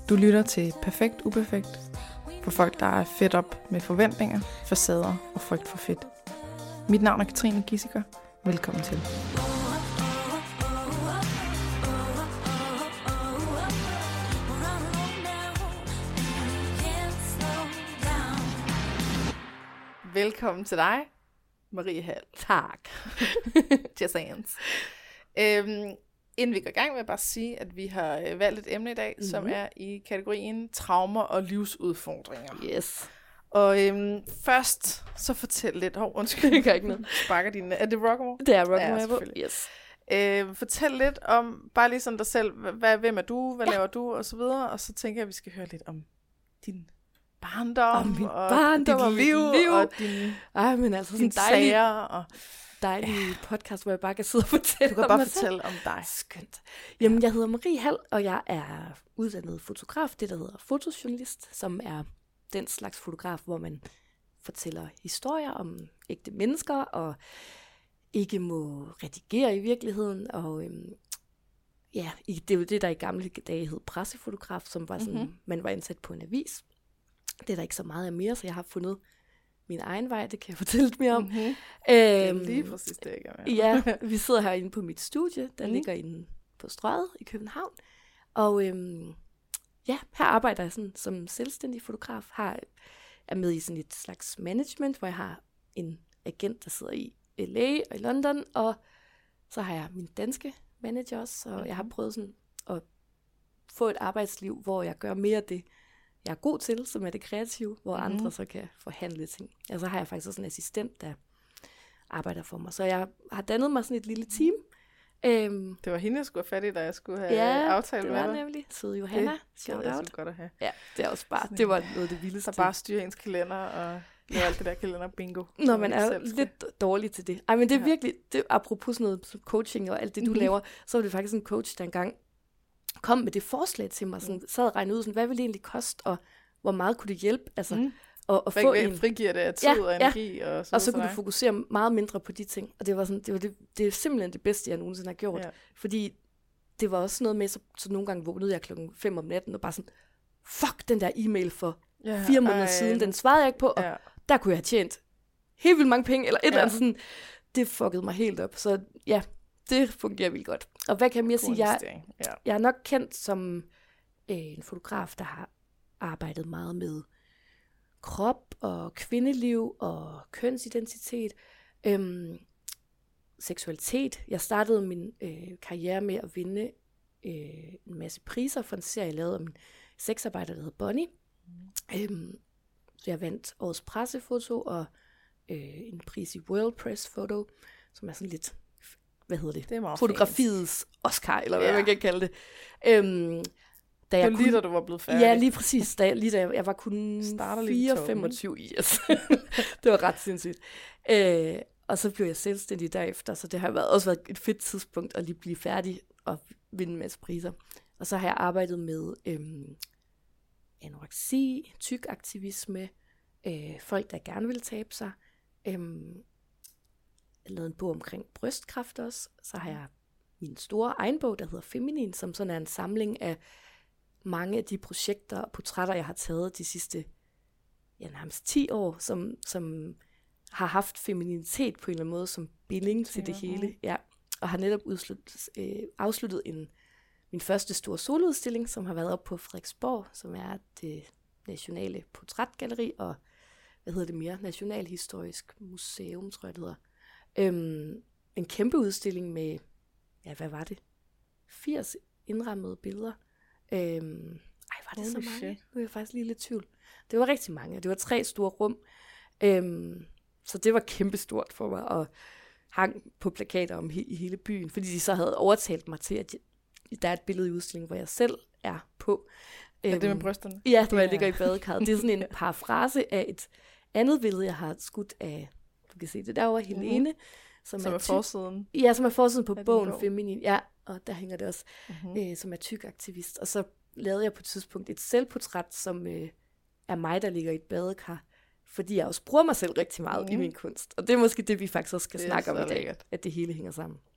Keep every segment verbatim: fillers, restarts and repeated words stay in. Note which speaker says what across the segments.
Speaker 1: Du lytter til Perfekt Uperfekt for folk, der er fedt op med forventninger, facader og frygt for fedt. Mit navn er Katrine Gissiker. Velkommen til. Velkommen til dig, Marie Hall.
Speaker 2: Tak.
Speaker 1: Just hands. Øhm, inden vi går i gang, vil jeg bare sige, at vi har øh, valgt et emne i dag, mm-hmm. som er i kategorien traumer og livsudfordringer.
Speaker 2: Yes.
Speaker 1: Og øhm, først, så fortæl lidt. Åh, oh, undskyld.
Speaker 2: Det gør ikke noget.
Speaker 1: Sparker dine. Er det Rock'n'Roll?
Speaker 2: Det er Rock'n'Roll.
Speaker 1: Ja,
Speaker 2: Yes.
Speaker 1: Øh, fortæl lidt om, bare lige sådan dig selv, hvad, hvem er du, hvad ja. laver du, og så videre. Og så tænker jeg, at vi skal høre lidt om din barndom,
Speaker 2: om min
Speaker 1: og
Speaker 2: barndom,
Speaker 1: dit
Speaker 2: og
Speaker 1: liv,
Speaker 2: liv,
Speaker 1: og din,
Speaker 2: Ej, men altså
Speaker 1: din
Speaker 2: sådan dejlig,
Speaker 1: sager. Og
Speaker 2: dejlig ja. podcast, hvor jeg bare kan sidde og fortælle
Speaker 1: Du kan
Speaker 2: om
Speaker 1: bare
Speaker 2: mig
Speaker 1: fortælle
Speaker 2: selv.
Speaker 1: om dig.
Speaker 2: Skønt. Jamen, jeg hedder Marie Hall, og jeg er uddannet fotograf, det der hedder fotojournalist, som er den slags fotograf, hvor man fortæller historier om ægte mennesker, og ikke må redigere i virkeligheden, og øhm, ja, det er jo det, der i gamle dage hed pressefotograf, som var sådan, mm-hmm. man var ansat på en avis. Det er der ikke så meget af mere, så jeg har fundet min egen vej, det kan jeg fortælle lidt mere om.
Speaker 1: Mm-hmm.
Speaker 2: Øhm,
Speaker 1: det er lige præcis det, jeg gør.
Speaker 2: Ja, vi sidder herinde på mit studie, der mm. ligger inde på Strøget i København. Og øhm, ja, her arbejder jeg sådan, som selvstændig fotograf, har, er med i sådan et slags management, hvor jeg har en agent, der sidder i L A og i London, og så har jeg min danske manager også, og jeg har prøvet sådan at få et arbejdsliv, hvor jeg gør mere af det, jeg er god til, som er det kreative, hvor mm-hmm. andre så kan forhandle ting. Og så har jeg faktisk også en assistent, der arbejder for mig. Så jeg har dannet mig sådan et lille team. Øhm,
Speaker 1: det var hende, jeg skulle have fat i, da jeg skulle have
Speaker 2: ja,
Speaker 1: aftalt med dig.
Speaker 2: Ja, det var nemlig. Søde Johanna.
Speaker 1: Det,
Speaker 2: shout
Speaker 1: det er
Speaker 2: out.
Speaker 1: så godt at have.
Speaker 2: Ja, det er også bare, det var noget af det vildeste.
Speaker 1: Så bare styre ens kalender og lave alt det der kalender bingo.
Speaker 2: Når man er lidt dårlig til det. Ej, men det er ja. virkelig, det, apropos sådan noget coaching og alt det, du mm-hmm. laver, så var det faktisk en coach, der engang kom med det forslag til mig, sådan, sad og regnede ud, sådan, hvad ville det egentlig koste, og hvor meget kunne det hjælpe, altså, mm. at, at få en...
Speaker 1: frigiver det af tid ja, og energi.
Speaker 2: Ja.
Speaker 1: Og så,
Speaker 2: og så kunne du fokusere meget mindre på de ting, og det var, sådan, det, var det, det er simpelthen det bedste, jeg nogensinde har gjort, ja. fordi det var også noget med, så, så nogle gange vågnede jeg klokken fem om natten, og bare sådan, fuck, den der e-mail for ja, fire måneder ej, siden, den svarede jeg ikke på, og ja. der kunne jeg have tjent helt vildt mange penge, eller et ja. eller andet sådan, det fuckede mig helt op, så ja, det fungerer vildt godt. Og hvad kan jeg mere sige? Jeg, ja. jeg er nok kendt som øh, en fotograf, der har arbejdet meget med krop og kvindeliv og kønsidentitet, øhm, seksualitet. Jeg startede min øh, karriere med at vinde øh, en masse priser for en serie, jeg lavede om en sexarbejder, der hedder Bonnie. Mm. Øhm, så jeg vandt årets pressefoto og øh, en pris i World Press Photo, som er sådan lidt, hvad hedder det?
Speaker 1: Det er
Speaker 2: fotografiets fint. Oscar, eller hvad ja. man kan kalde det. Øhm, Da
Speaker 1: det
Speaker 2: var
Speaker 1: lige, kun... da du var blevet færdig.
Speaker 2: Ja, lige præcis. Da, lige da jeg, jeg var kun fire femogtyve. Yes. Det var ret sindssygt. Øh, og så blev jeg selvstændig derefter, så det har været, også været et fedt tidspunkt at lige blive færdig og vinde en masse priser. Og så har jeg arbejdet med øhm, anoreksi, tyk aktivisme, øh, folk, der gerne vil tabe sig. Øhm, jeg lavede en bog omkring brystkræft også. Så har jeg min store egen bog, der hedder Feminin, som sådan er en samling af mange af de projekter og portrætter, jeg har taget de sidste ja, nærmest ti år, som, som har haft femininitet på en eller anden måde som binding til det hele. Ja. Og har netop udslut, øh, afsluttet en, min første store soloudstilling, som har været op på Frederiksborg, som er det nationale portrætgalleri, og hvad hedder det mere? Nationalhistorisk museum, tror jeg det hedder. Øhm, en kæmpe udstilling med, ja, hvad var det? firs indrammede billeder. Øhm, ej, var det oh, så mange? Shit. Nu er jeg faktisk lige lidt i tvivl. Det var rigtig mange. Det var tre store rum. Øhm, så det var kæmpestort for mig, og hang på plakater om he- i hele byen, fordi de så havde overtalt mig til, at der er et billede i udstillingen, hvor jeg selv er på.
Speaker 1: Er øhm, det med brysterne?
Speaker 2: Ja, hvor jeg ligger i badekarret. Det er sådan en parafrase af et andet billede, jeg har skudt af, du kan se det derovre, Helene. Mm-hmm. Som,
Speaker 1: som er, er forsiden?
Speaker 2: Ja, som er forsiden på bogen bog? Feminin. Ja, og der hænger det også, mm-hmm. øh, som er tyk aktivist. Og så lavede jeg på et tidspunkt et selvportræt, som øh, er mig, der ligger i et badekar, fordi jeg også bruger mig selv rigtig meget mm. i min kunst. Og det er måske det, vi faktisk også skal snakke om i dag, lækkert. At det hele hænger sammen.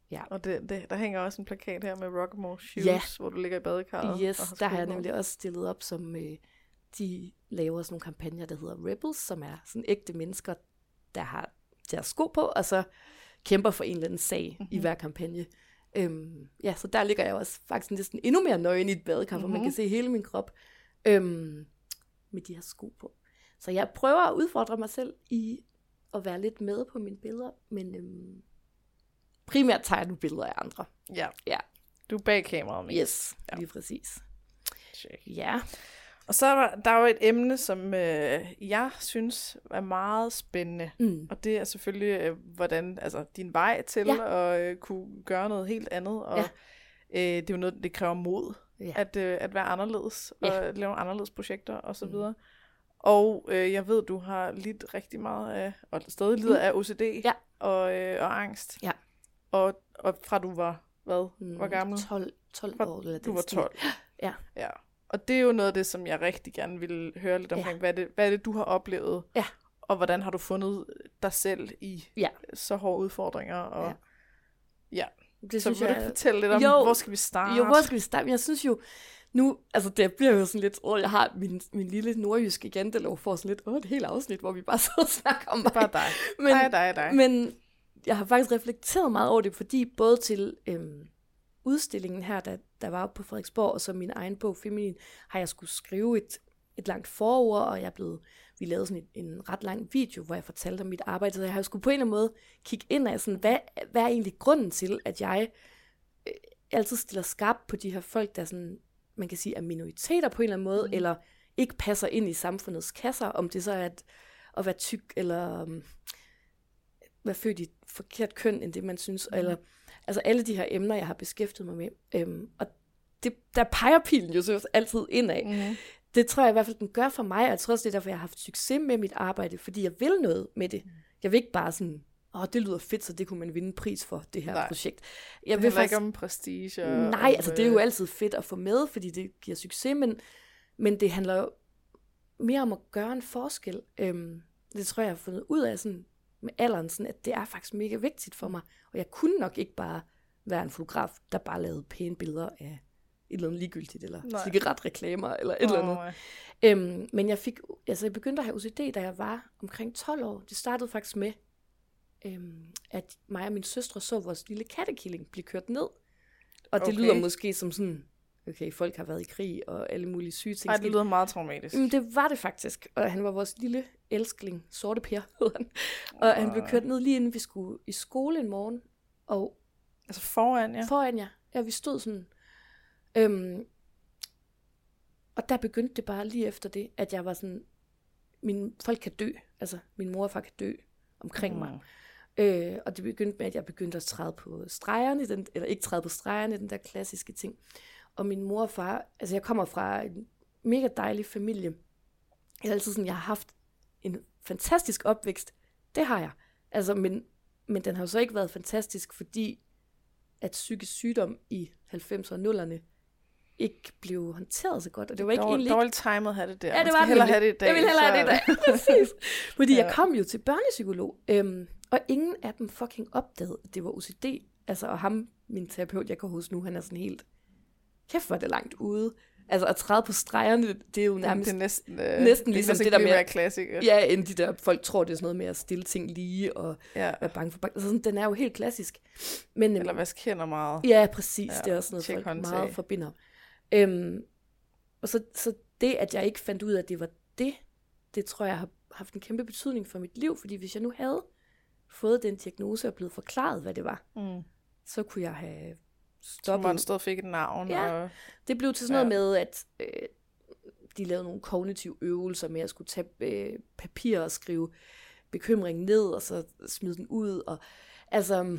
Speaker 2: Ja.
Speaker 1: Og det, det, der hænger også en plakat her med Rockmore Shoes,
Speaker 2: ja.
Speaker 1: hvor du ligger i badekarret.
Speaker 2: Yes, har der har jeg nemlig også stillet op, som øh, de laver sådan nogle kampagner, der hedder Rebels, som er sådan ægte mennesker, der har deres sko på, og så kæmper for en eller anden sag mm-hmm. i hver kampagne. Øhm, ja, så der ligger jeg også faktisk næsten endnu mere nøgen i et badekar, hvor mm-hmm. man kan se hele min krop øhm, med de her sko på. Så jeg prøver at udfordre mig selv i at være lidt med på mine billeder, men øhm, primært tager jeg nu billeder af andre.
Speaker 1: Ja.
Speaker 2: Ja.
Speaker 1: Du er bag kameraet, Mie.
Speaker 2: Yes, ja. Lige præcis.
Speaker 1: Check.
Speaker 2: Ja.
Speaker 1: Og så er der, der er jo et emne, som øh, jeg synes er meget spændende. Mm. Og det er selvfølgelig, øh, hvordan, altså din vej til ja. at øh, kunne gøre noget helt andet. Og ja. øh, det er jo noget, det kræver mod, ja. at, øh, at være anderledes, ja. og lave nogle anderledes projekter og så videre. Mm. Og øh, jeg ved, du har lidt rigtig meget af, og stadig lider mm. af O C D ja. og, øh, og angst. Ja. Og, og fra du var, hvad? Mm. Hvor gammel?
Speaker 2: tolv, tolv år. Eller
Speaker 1: du var tolv.
Speaker 2: Ja.
Speaker 1: Ja. Og det er jo noget af det, som jeg rigtig gerne vil høre lidt omkring. Ja. Hvad, er det, hvad er det, du har oplevet? Ja. Og hvordan har du fundet dig selv i ja. så hårde udfordringer? Og, ja. ja. Det så vil du jeg... fortælle lidt om, jo, hvor skal vi starte?
Speaker 2: Jo, hvor skal vi starte? Jeg synes jo, nu, altså det bliver jo sådan lidt, åh, jeg har min, min lille nordjyske jantelov for sådan lidt, åh, et helt afsnit, hvor vi bare sidder og snakker om mig.
Speaker 1: Bare dig.
Speaker 2: Men,
Speaker 1: dig, dig, dig.
Speaker 2: Men jeg har faktisk reflekteret meget over det, fordi både til øhm, udstillingen her, der, der var på Frederiksborg, og så min egen bog, Feminin, har jeg skulle skrive et, et langt forord, og jeg er blevet, vi lavede sådan en, en ret lang video, hvor jeg fortalte om mit arbejde, så jeg har jo skulle på en eller anden måde kigge ind af, sådan, hvad, hvad er egentlig grunden til, at jeg øh, altid stiller skarpt på de her folk, der sådan, man kan sige, er minoriteter på en eller anden måde, mm. eller ikke passer ind i samfundets kasser, om det så er at, at være tyk, eller um, være født i et forkert køn, end det man synes, mm. eller altså alle de her emner, jeg har beskæftiget mig med. Øhm, og det, der peger pilen jo så altid indad. Mm. Det tror jeg i hvert fald, den gør for mig, og jeg tror også, det er derfor, jeg har haft succes med mit arbejde, fordi jeg vil noget med det. Mm. Jeg vil ikke bare sådan, åh, oh, det lyder fedt, så det kunne man vinde en pris for, det her nej. projekt. Jeg
Speaker 1: det handler faktisk ikke om prestige. Og
Speaker 2: nej, altså det er jo altid fedt at få med, fordi det giver succes, men, men det handler jo mere om at gøre en forskel. Øhm, det tror jeg, jeg har fundet ud af sådan, med alderen, sådan, at det er faktisk mega vigtigt for mig. Og jeg kunne nok ikke bare være en fotograf, der bare lavede pæne billeder af et eller andet ligegyldigt, eller cigaretreklamer, eller et oh, eller andet. Øhm, men jeg fik, altså jeg begyndte at have O C D, da jeg var omkring tolv år. Det startede faktisk med, øhm, at mig og min søstre så vores lille kattekilling blive kørt ned. Og det okay. lyder måske som sådan, okay, folk har været i krig, og alle mulige syge ting.
Speaker 1: Ej, det lyder meget traumatisk.
Speaker 2: Men det var det faktisk, og han var vores lille elskling, Sorte Per hed han. Og uh. han blev kørt ned lige inden vi skulle i skole en morgen. Og
Speaker 1: altså foran, ja?
Speaker 2: Foran, ja. Ja, vi stod sådan. Øhm, og der begyndte det bare lige efter det, at jeg var sådan, min, folk kan dø. Altså, min mor og far kan dø omkring mm. mig. Øh, og det begyndte med, at jeg begyndte at træde på stregerne, den, eller ikke træde på stregerne, den der klassiske ting. Og min mor og far, altså jeg kommer fra en mega dejlig familie. Jeg er altid sådan, jeg har haft en fantastisk opvækst. Det har jeg. Altså, men, men den har jo så ikke været fantastisk, fordi at psykisk sygdom i halvfemserne og nullerne ikke blev håndteret så godt. Og det var ikke
Speaker 1: Dårl,
Speaker 2: egentlig...
Speaker 1: Dårligt timet at have det der.
Speaker 2: Ja, det var
Speaker 1: Man skal hellere have det i dag.
Speaker 2: Jeg vil hellere så... have det i dag. Præcis. Fordi ja. jeg kom jo til børnepsykolog, øhm, og ingen af dem fucking opdagede, at det var O C D. Altså, og ham, min terapeut, jeg går hos nu, han er sådan helt... Kæft, hvor er det langt ude. Altså, at træde på stregerne, det er jo nærmest...
Speaker 1: Det er næsten, øh,
Speaker 2: næsten ligesom det, det der med...
Speaker 1: Det klassiker.
Speaker 2: Ja, end de der folk tror, det er sådan noget med at stille ting lige, og
Speaker 1: ja.
Speaker 2: være bange for... Altså, sådan, den er jo helt klassisk. Men,
Speaker 1: eller vask hænder meget.
Speaker 2: Ja, præcis. Ja, det er også noget, folk
Speaker 1: håndtag.
Speaker 2: meget forbinder. Øhm, og så, så det, at jeg ikke fandt ud af, at det var det, det tror jeg har haft en kæmpe betydning for mit liv, fordi hvis jeg nu havde fået den diagnose og blevet forklaret, hvad det var, mm. så kunne jeg have stoppet.
Speaker 1: Så monsteret fik et navn.
Speaker 2: Ja,
Speaker 1: og...
Speaker 2: det blev til sådan noget ja. med, at øh, de lavede nogle kognitive øvelser med, at jeg skulle tage øh, papir og skrive bekymringen ned, og så smide den ud, og altså...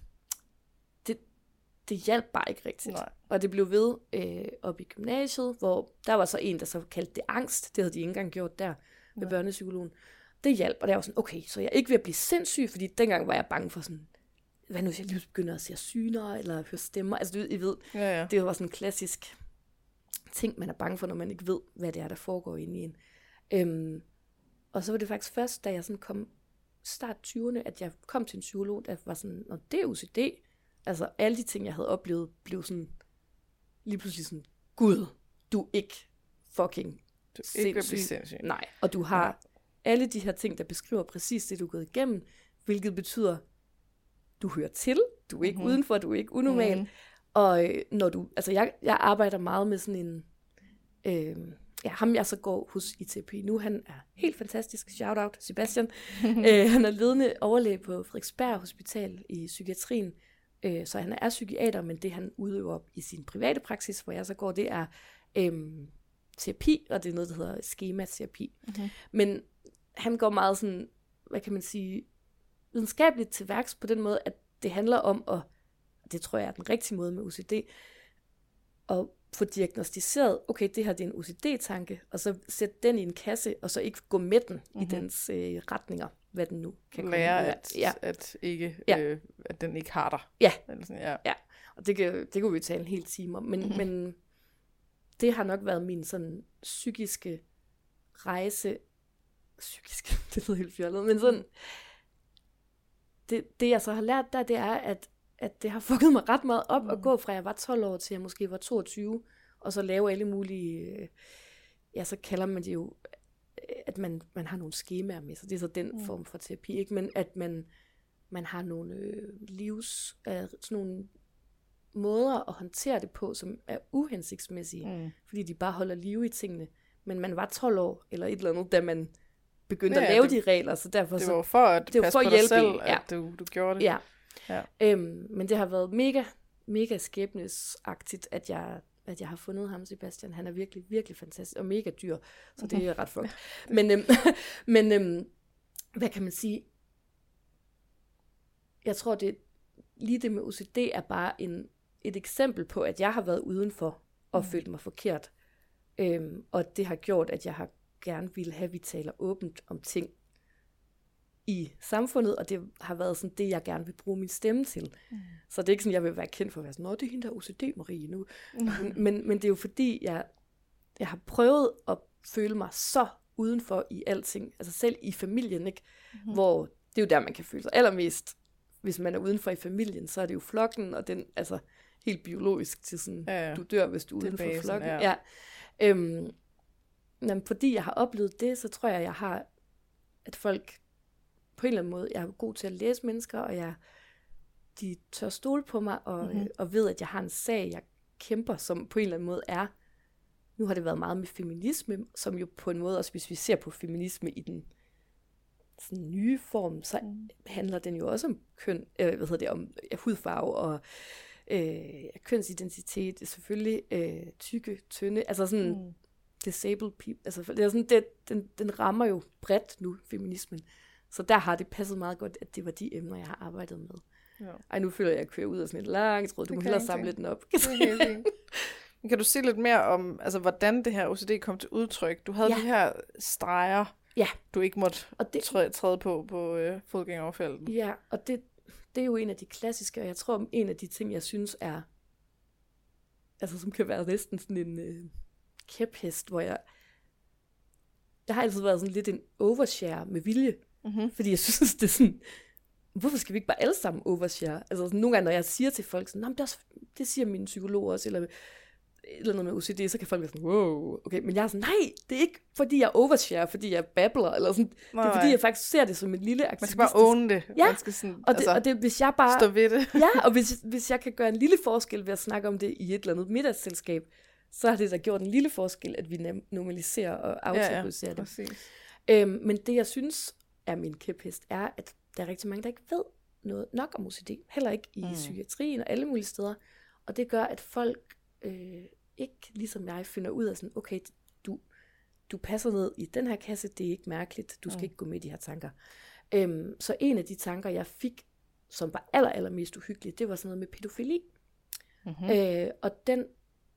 Speaker 2: Det hjalp bare ikke rigtigt.
Speaker 1: Nej.
Speaker 2: Og det blev ved øh, op i gymnasiet, hvor der var så en, der så kaldte det angst. Det havde de ikke engang gjort der med Nej. børnepsykologen. Det hjalp, og der var sådan, okay, så jeg er ikke ved at blive sindssyg, fordi dengang var jeg bange for sådan, hvad nu hvis jeg lige begynder at se syner, eller høre stemmer. Altså, du, I ved,
Speaker 1: ja, ja.
Speaker 2: det var sådan en klassisk ting, man er bange for, når man ikke ved, hvad det er, der foregår inde i en. Øhm, og så var det faktisk først, da jeg sådan kom start tyverne, at jeg kom til en psykolog, der var sådan, nå, det er O C D. Altså alle de ting, jeg havde oplevet, blev sådan, lige pludselig sådan, Gud, du er ikke fucking
Speaker 1: du er ikke sindssyg. sindssyg.
Speaker 2: Nej, og du har ja. alle de her ting, der beskriver præcis det, du er gået igennem, hvilket betyder, du hører til, du er ikke mm-hmm. udenfor, du er ikke unormal. Mm-hmm. Og øh, når du, altså jeg, jeg arbejder meget med sådan en, øh, ja, ham jeg så går hos I T P nu, han er helt fantastisk, shout out Sebastian. øh, han er ledende overlæge på Frederiksberg Hospital i psykiatrien, øh, så han er psykiater, men det han udøver i sin private praksis, hvor jeg så går, det er øh, terapi, og det er noget, der hedder skematerapi. Mm-hmm. Men han går meget sådan, hvad kan man sige, videnskabeligt til værks på den måde, at det handler om at, det tror jeg er den rigtige måde med O C D, at få diagnostiseret, okay, det her det er en O C D-tanke, og så sætte den i en kasse, og så ikke gå med den mm-hmm. i dens øh, retninger, hvad den nu kan komme.
Speaker 1: Lære, at, ja. at, ikke, ja. øh, at den ikke har dig.
Speaker 2: Ja,
Speaker 1: Eller sådan, ja.
Speaker 2: ja. Og det kan, det kunne vi tale en hel time om, men, mm-hmm. men det har nok været min sådan psykiske rejse, psykisk, det lyder helt fjollet, men sådan, det, det jeg så har lært der, det er, at, at det har fucket mig ret meget op mm. at gå fra, jeg var tolv år til jeg måske var toogtyve, og så lave alle mulige, ja, så kalder man det jo, at man, man har nogle skemaer med sig. Det er så den mm. form for terapi, ikke? Men at man, man har nogle øh, livs, øh, sådan nogle måder at håndtere det på, som er uhensigtsmæssige, mm. fordi de bare holder liv i tingene. Men man var tolv år, eller et eller andet, da man begyndte ja, at lave det, de regler, så derfor
Speaker 1: det var for at
Speaker 2: det var
Speaker 1: passe
Speaker 2: for
Speaker 1: på
Speaker 2: dig
Speaker 1: selv,
Speaker 2: ja.
Speaker 1: at du, du gjorde det.
Speaker 2: Ja.
Speaker 1: Ja.
Speaker 2: Øhm, men det har været mega, mega skæbnesagtigt, at jeg, at jeg har fundet ham, Sebastian. Han er virkelig, virkelig fantastisk, og mega dyr, så det er ret fucked. Men, øhm, men øhm, hvad kan man sige? Jeg tror, det lige det med O C D er bare en, et eksempel på, at jeg har været udenfor og mm. følt mig forkert. Øhm, og det har gjort, at jeg har gerne ville have, at vi taler åbent om ting i samfundet, og det har været sådan det, jeg gerne vil bruge min stemme til. Mm. Så det er ikke sådan, jeg vil være kendt for at være sådan, nå, det er hende der O C D, Marie, nu. Mm. Men, men det er jo fordi, jeg, jeg har prøvet at føle mig så udenfor i alting, altså selv i familien, ikke? Mm. Hvor det er jo der, man kan føle sig allermest. Hvis man er udenfor i familien, så er det jo flokken, og den, altså helt biologisk til sådan, ja, ja. Du dør, hvis du er uden for flokken. Ja. Ja. Øhm, men fordi jeg har oplevet det, så tror jeg, jeg har, at folk på en eller anden måde, jeg er god til at læse mennesker, og jeg, de tør stole på mig, og, mm-hmm. og ved, at jeg har en sag, jeg kæmper, som på en eller anden måde er, nu har det været meget med feminisme, som jo på en måde, også hvis vi ser på feminisme i den sådan nye form, så mm. handler den jo også om køn, øh, hvad hedder det, om ja, hudfarve og øh, kønsidentitet, selvfølgelig øh, tykke, tynde, altså sådan mm. disabled people, altså det er sådan, det, den, den rammer jo bredt nu, feminismen. Så der har det passet meget godt, at det var de emner, jeg har arbejdet med. Ja. Ej, nu føler jeg, at jeg kører ud af sådan et langt tråd. Du det må hellere samle den op.
Speaker 1: Kan du sige lidt mere om, altså, hvordan det her O C D kom til udtryk? Du havde ja. de her streger,
Speaker 2: ja.
Speaker 1: du ikke måtte og det, træde, træde på på øh, fodgængeroverfelten.
Speaker 2: Ja, og det, det er jo en af de klassiske, og jeg tror, en af de ting, jeg synes er, altså som kan være næsten sådan en øh, kæphest, hvor jeg, der har altid været sådan lidt en overshare med vilje. Mm-hmm. Fordi jeg synes, det er sådan, hvorfor skal vi ikke bare alle sammen overshare? Altså sådan, nogle gange, når jeg siger til folk sådan, det, også, det siger mine psykologer også, eller eller noget med O C D, så kan folk være sådan, wow, okay, men jeg er sådan, nej, det er ikke fordi jeg overshare, fordi jeg babbler, eller sådan, nej, det er fordi jeg faktisk ser det som en lille aktivistisk.
Speaker 1: Man skal bare own det.
Speaker 2: Ja,
Speaker 1: man skal sådan,
Speaker 2: og, det,
Speaker 1: altså,
Speaker 2: og det, hvis jeg bare,
Speaker 1: stå ved det.
Speaker 2: Ja, og hvis, hvis jeg kan gøre en lille forskel ved at snakke om det i et eller andet middagsselskab, så har det da gjort en lille forskel, at vi normaliserer og aftabuiserer ja, ja, det. Øhm, men det, jeg synes er min kæphest, er, at der er rigtig mange, der ikke ved noget nok om O C D. Heller ikke i mm. psykiatrien og alle mulige steder. Og det gør, at folk øh, ikke, ligesom jeg, finder ud af sådan, okay, du, du passer ned i den her kasse, det er ikke mærkeligt, du skal mm. ikke gå med i de her tanker. Øhm, så en af de tanker, jeg fik, som var aller, aller mest uhyggeligt, det var sådan noget med pædofili. Mm-hmm. Øh, og den,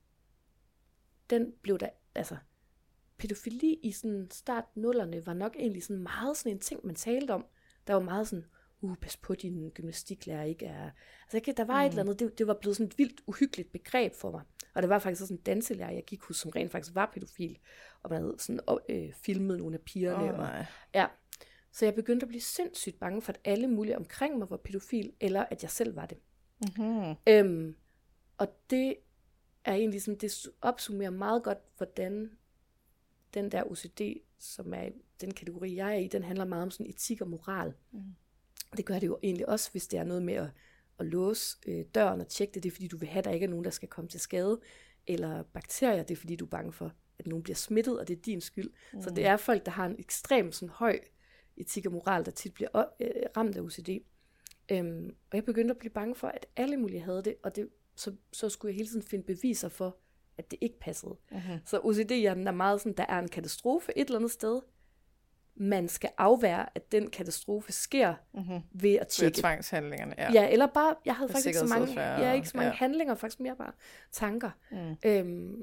Speaker 2: den blev der, altså, pædofili i sådan start nullerne var nok egentlig sådan meget sådan en ting, man talte om. Der var meget sådan, uh, pas på, din gymnastiklærer ikke er... Altså, jeg kan, der var mm. et eller andet, det, det var blevet sådan et vildt uhyggeligt begreb for mig. Og det var faktisk også en danselærer, jeg gik hos, som rent faktisk var pædofil. Og man havde sådan, øh, filmet nogle af pigerne.
Speaker 1: Oh,
Speaker 2: og, ja. Så jeg begyndte at blive sindssygt bange for, at alle mulige omkring mig var pædofil, eller at jeg selv var det. Mm-hmm. Øhm, og det er egentlig sådan, det opsummerer meget godt, hvordan den der O C D, som er den kategori, jeg er i, den handler meget om sådan etik og moral. Mm. Det gør det jo egentlig også, hvis det er noget med at, at låse øh, døren og tjekke det. Det er fordi, du vil have, at der ikke er nogen, der skal komme til skade. Eller bakterier, det er fordi, du er bange for, at nogen bliver smittet, og det er din skyld. Mm. Så det er folk, der har en ekstrem sådan, høj etik og moral, der tit bliver øh, ramt af O C D. Øhm, og jeg begyndte at blive bange for, at alle mulige havde det, og det, så, så skulle jeg hele tiden finde beviser for, at det ikke passede. Mm-hmm. Så O C D-hjernen er meget sådan, der er en katastrofe et eller andet sted. Man skal afvære, at den katastrofe sker mm-hmm. ved at tjekke.
Speaker 1: Ved tvangshandlingerne, ja.
Speaker 2: Ja, eller bare, jeg havde faktisk ikke så mange, ja, ikke så mange ja. handlinger, faktisk mere bare tanker. Mm. Øhm,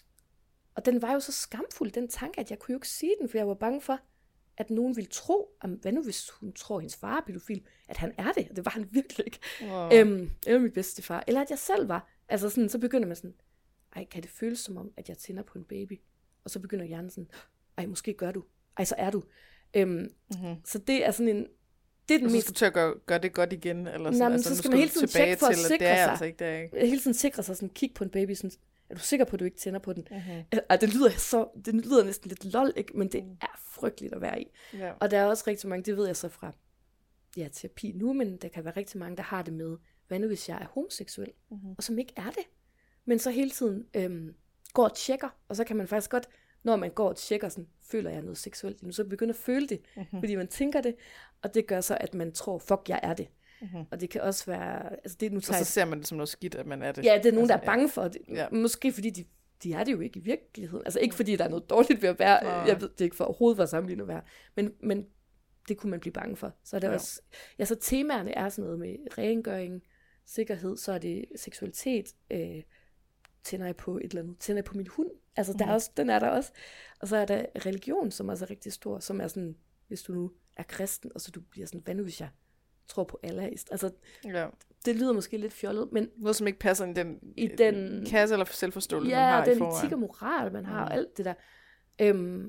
Speaker 2: og den var jo så skamfuld, den tanke, at jeg kunne jo ikke sige den, for jeg var bange for, at nogen ville tro, om, hvad nu hvis hun tror, hendes far er pædofil, at han er det, og det var han virkelig ikke. Wow. Øhm, eller mit bedstefar, eller at jeg selv var. Altså sådan, så begynder man sådan, ej, kan det føles som om, at jeg tænder på en baby? Og så begynder hjernen sådan, ej, måske gør du. Ej, så er du. Øhm, mm-hmm. Så det er sådan en... Det er den
Speaker 1: og så
Speaker 2: mest...
Speaker 1: skal du til at gøre, gøre det godt igen? Eller sådan,
Speaker 2: nej, men
Speaker 1: altså,
Speaker 2: så skal man hele tiden tjekke for at sikre
Speaker 1: det er
Speaker 2: sig.
Speaker 1: Altså ikke, det er ikke.
Speaker 2: Hele tiden sikre sig, sådan kigge på en baby, sådan, er du sikker på, at du ikke tænder på den? Mm-hmm. Ej, det lyder så, det lyder næsten lidt lol, ikke? Men det er frygteligt at være i. Ja. Og der er også rigtig mange, det ved jeg så fra ja, terapi nu, men der kan være rigtig mange, der har det med, hvad nu hvis jeg er homoseksuel, mm-hmm. og som ikke er det? Men så hele tiden øhm, går og tjekker, og så kan man faktisk godt, når man går og tjekker, sådan, føler jeg noget seksuelt, så begynder at føle det, mm-hmm. fordi man tænker det, og det gør så, at man tror, fuck, jeg er det. Mm-hmm. Og det kan også være... Altså det, nu tager
Speaker 1: og så ser man det som noget skidt, at man er det.
Speaker 2: Ja, det er nogen,
Speaker 1: altså,
Speaker 2: der er bange for det. Ja. Måske fordi de, de er det jo ikke i virkeligheden. Altså ikke fordi der er noget dårligt ved at være... Ja. Jeg ved det er ikke for overhovedet for at sammenligne at være. Men, men det kunne man blive bange for. Så er det ja. også... Ja, så temaerne er sådan noget med rengøring, sikkerhed, så er det seksualitet, øh, tænder jeg på et eller andet, tænder jeg på min hund. Altså mm-hmm. der er også, den er der også. Og så er der religion, som også er rigtig stor, som er sådan, hvis du nu er kristen, og så du bliver sådan, hvad nu hvis jeg tror på Allah. Altså, ja. Det lyder måske lidt fjollet, men...
Speaker 1: Noget, som ikke passer i den,
Speaker 2: i den
Speaker 1: kasse eller selvforståelse,
Speaker 2: ja,
Speaker 1: man har i forvejen.
Speaker 2: Ja, den etik og moral, man har, mm. og alt det der. Øhm,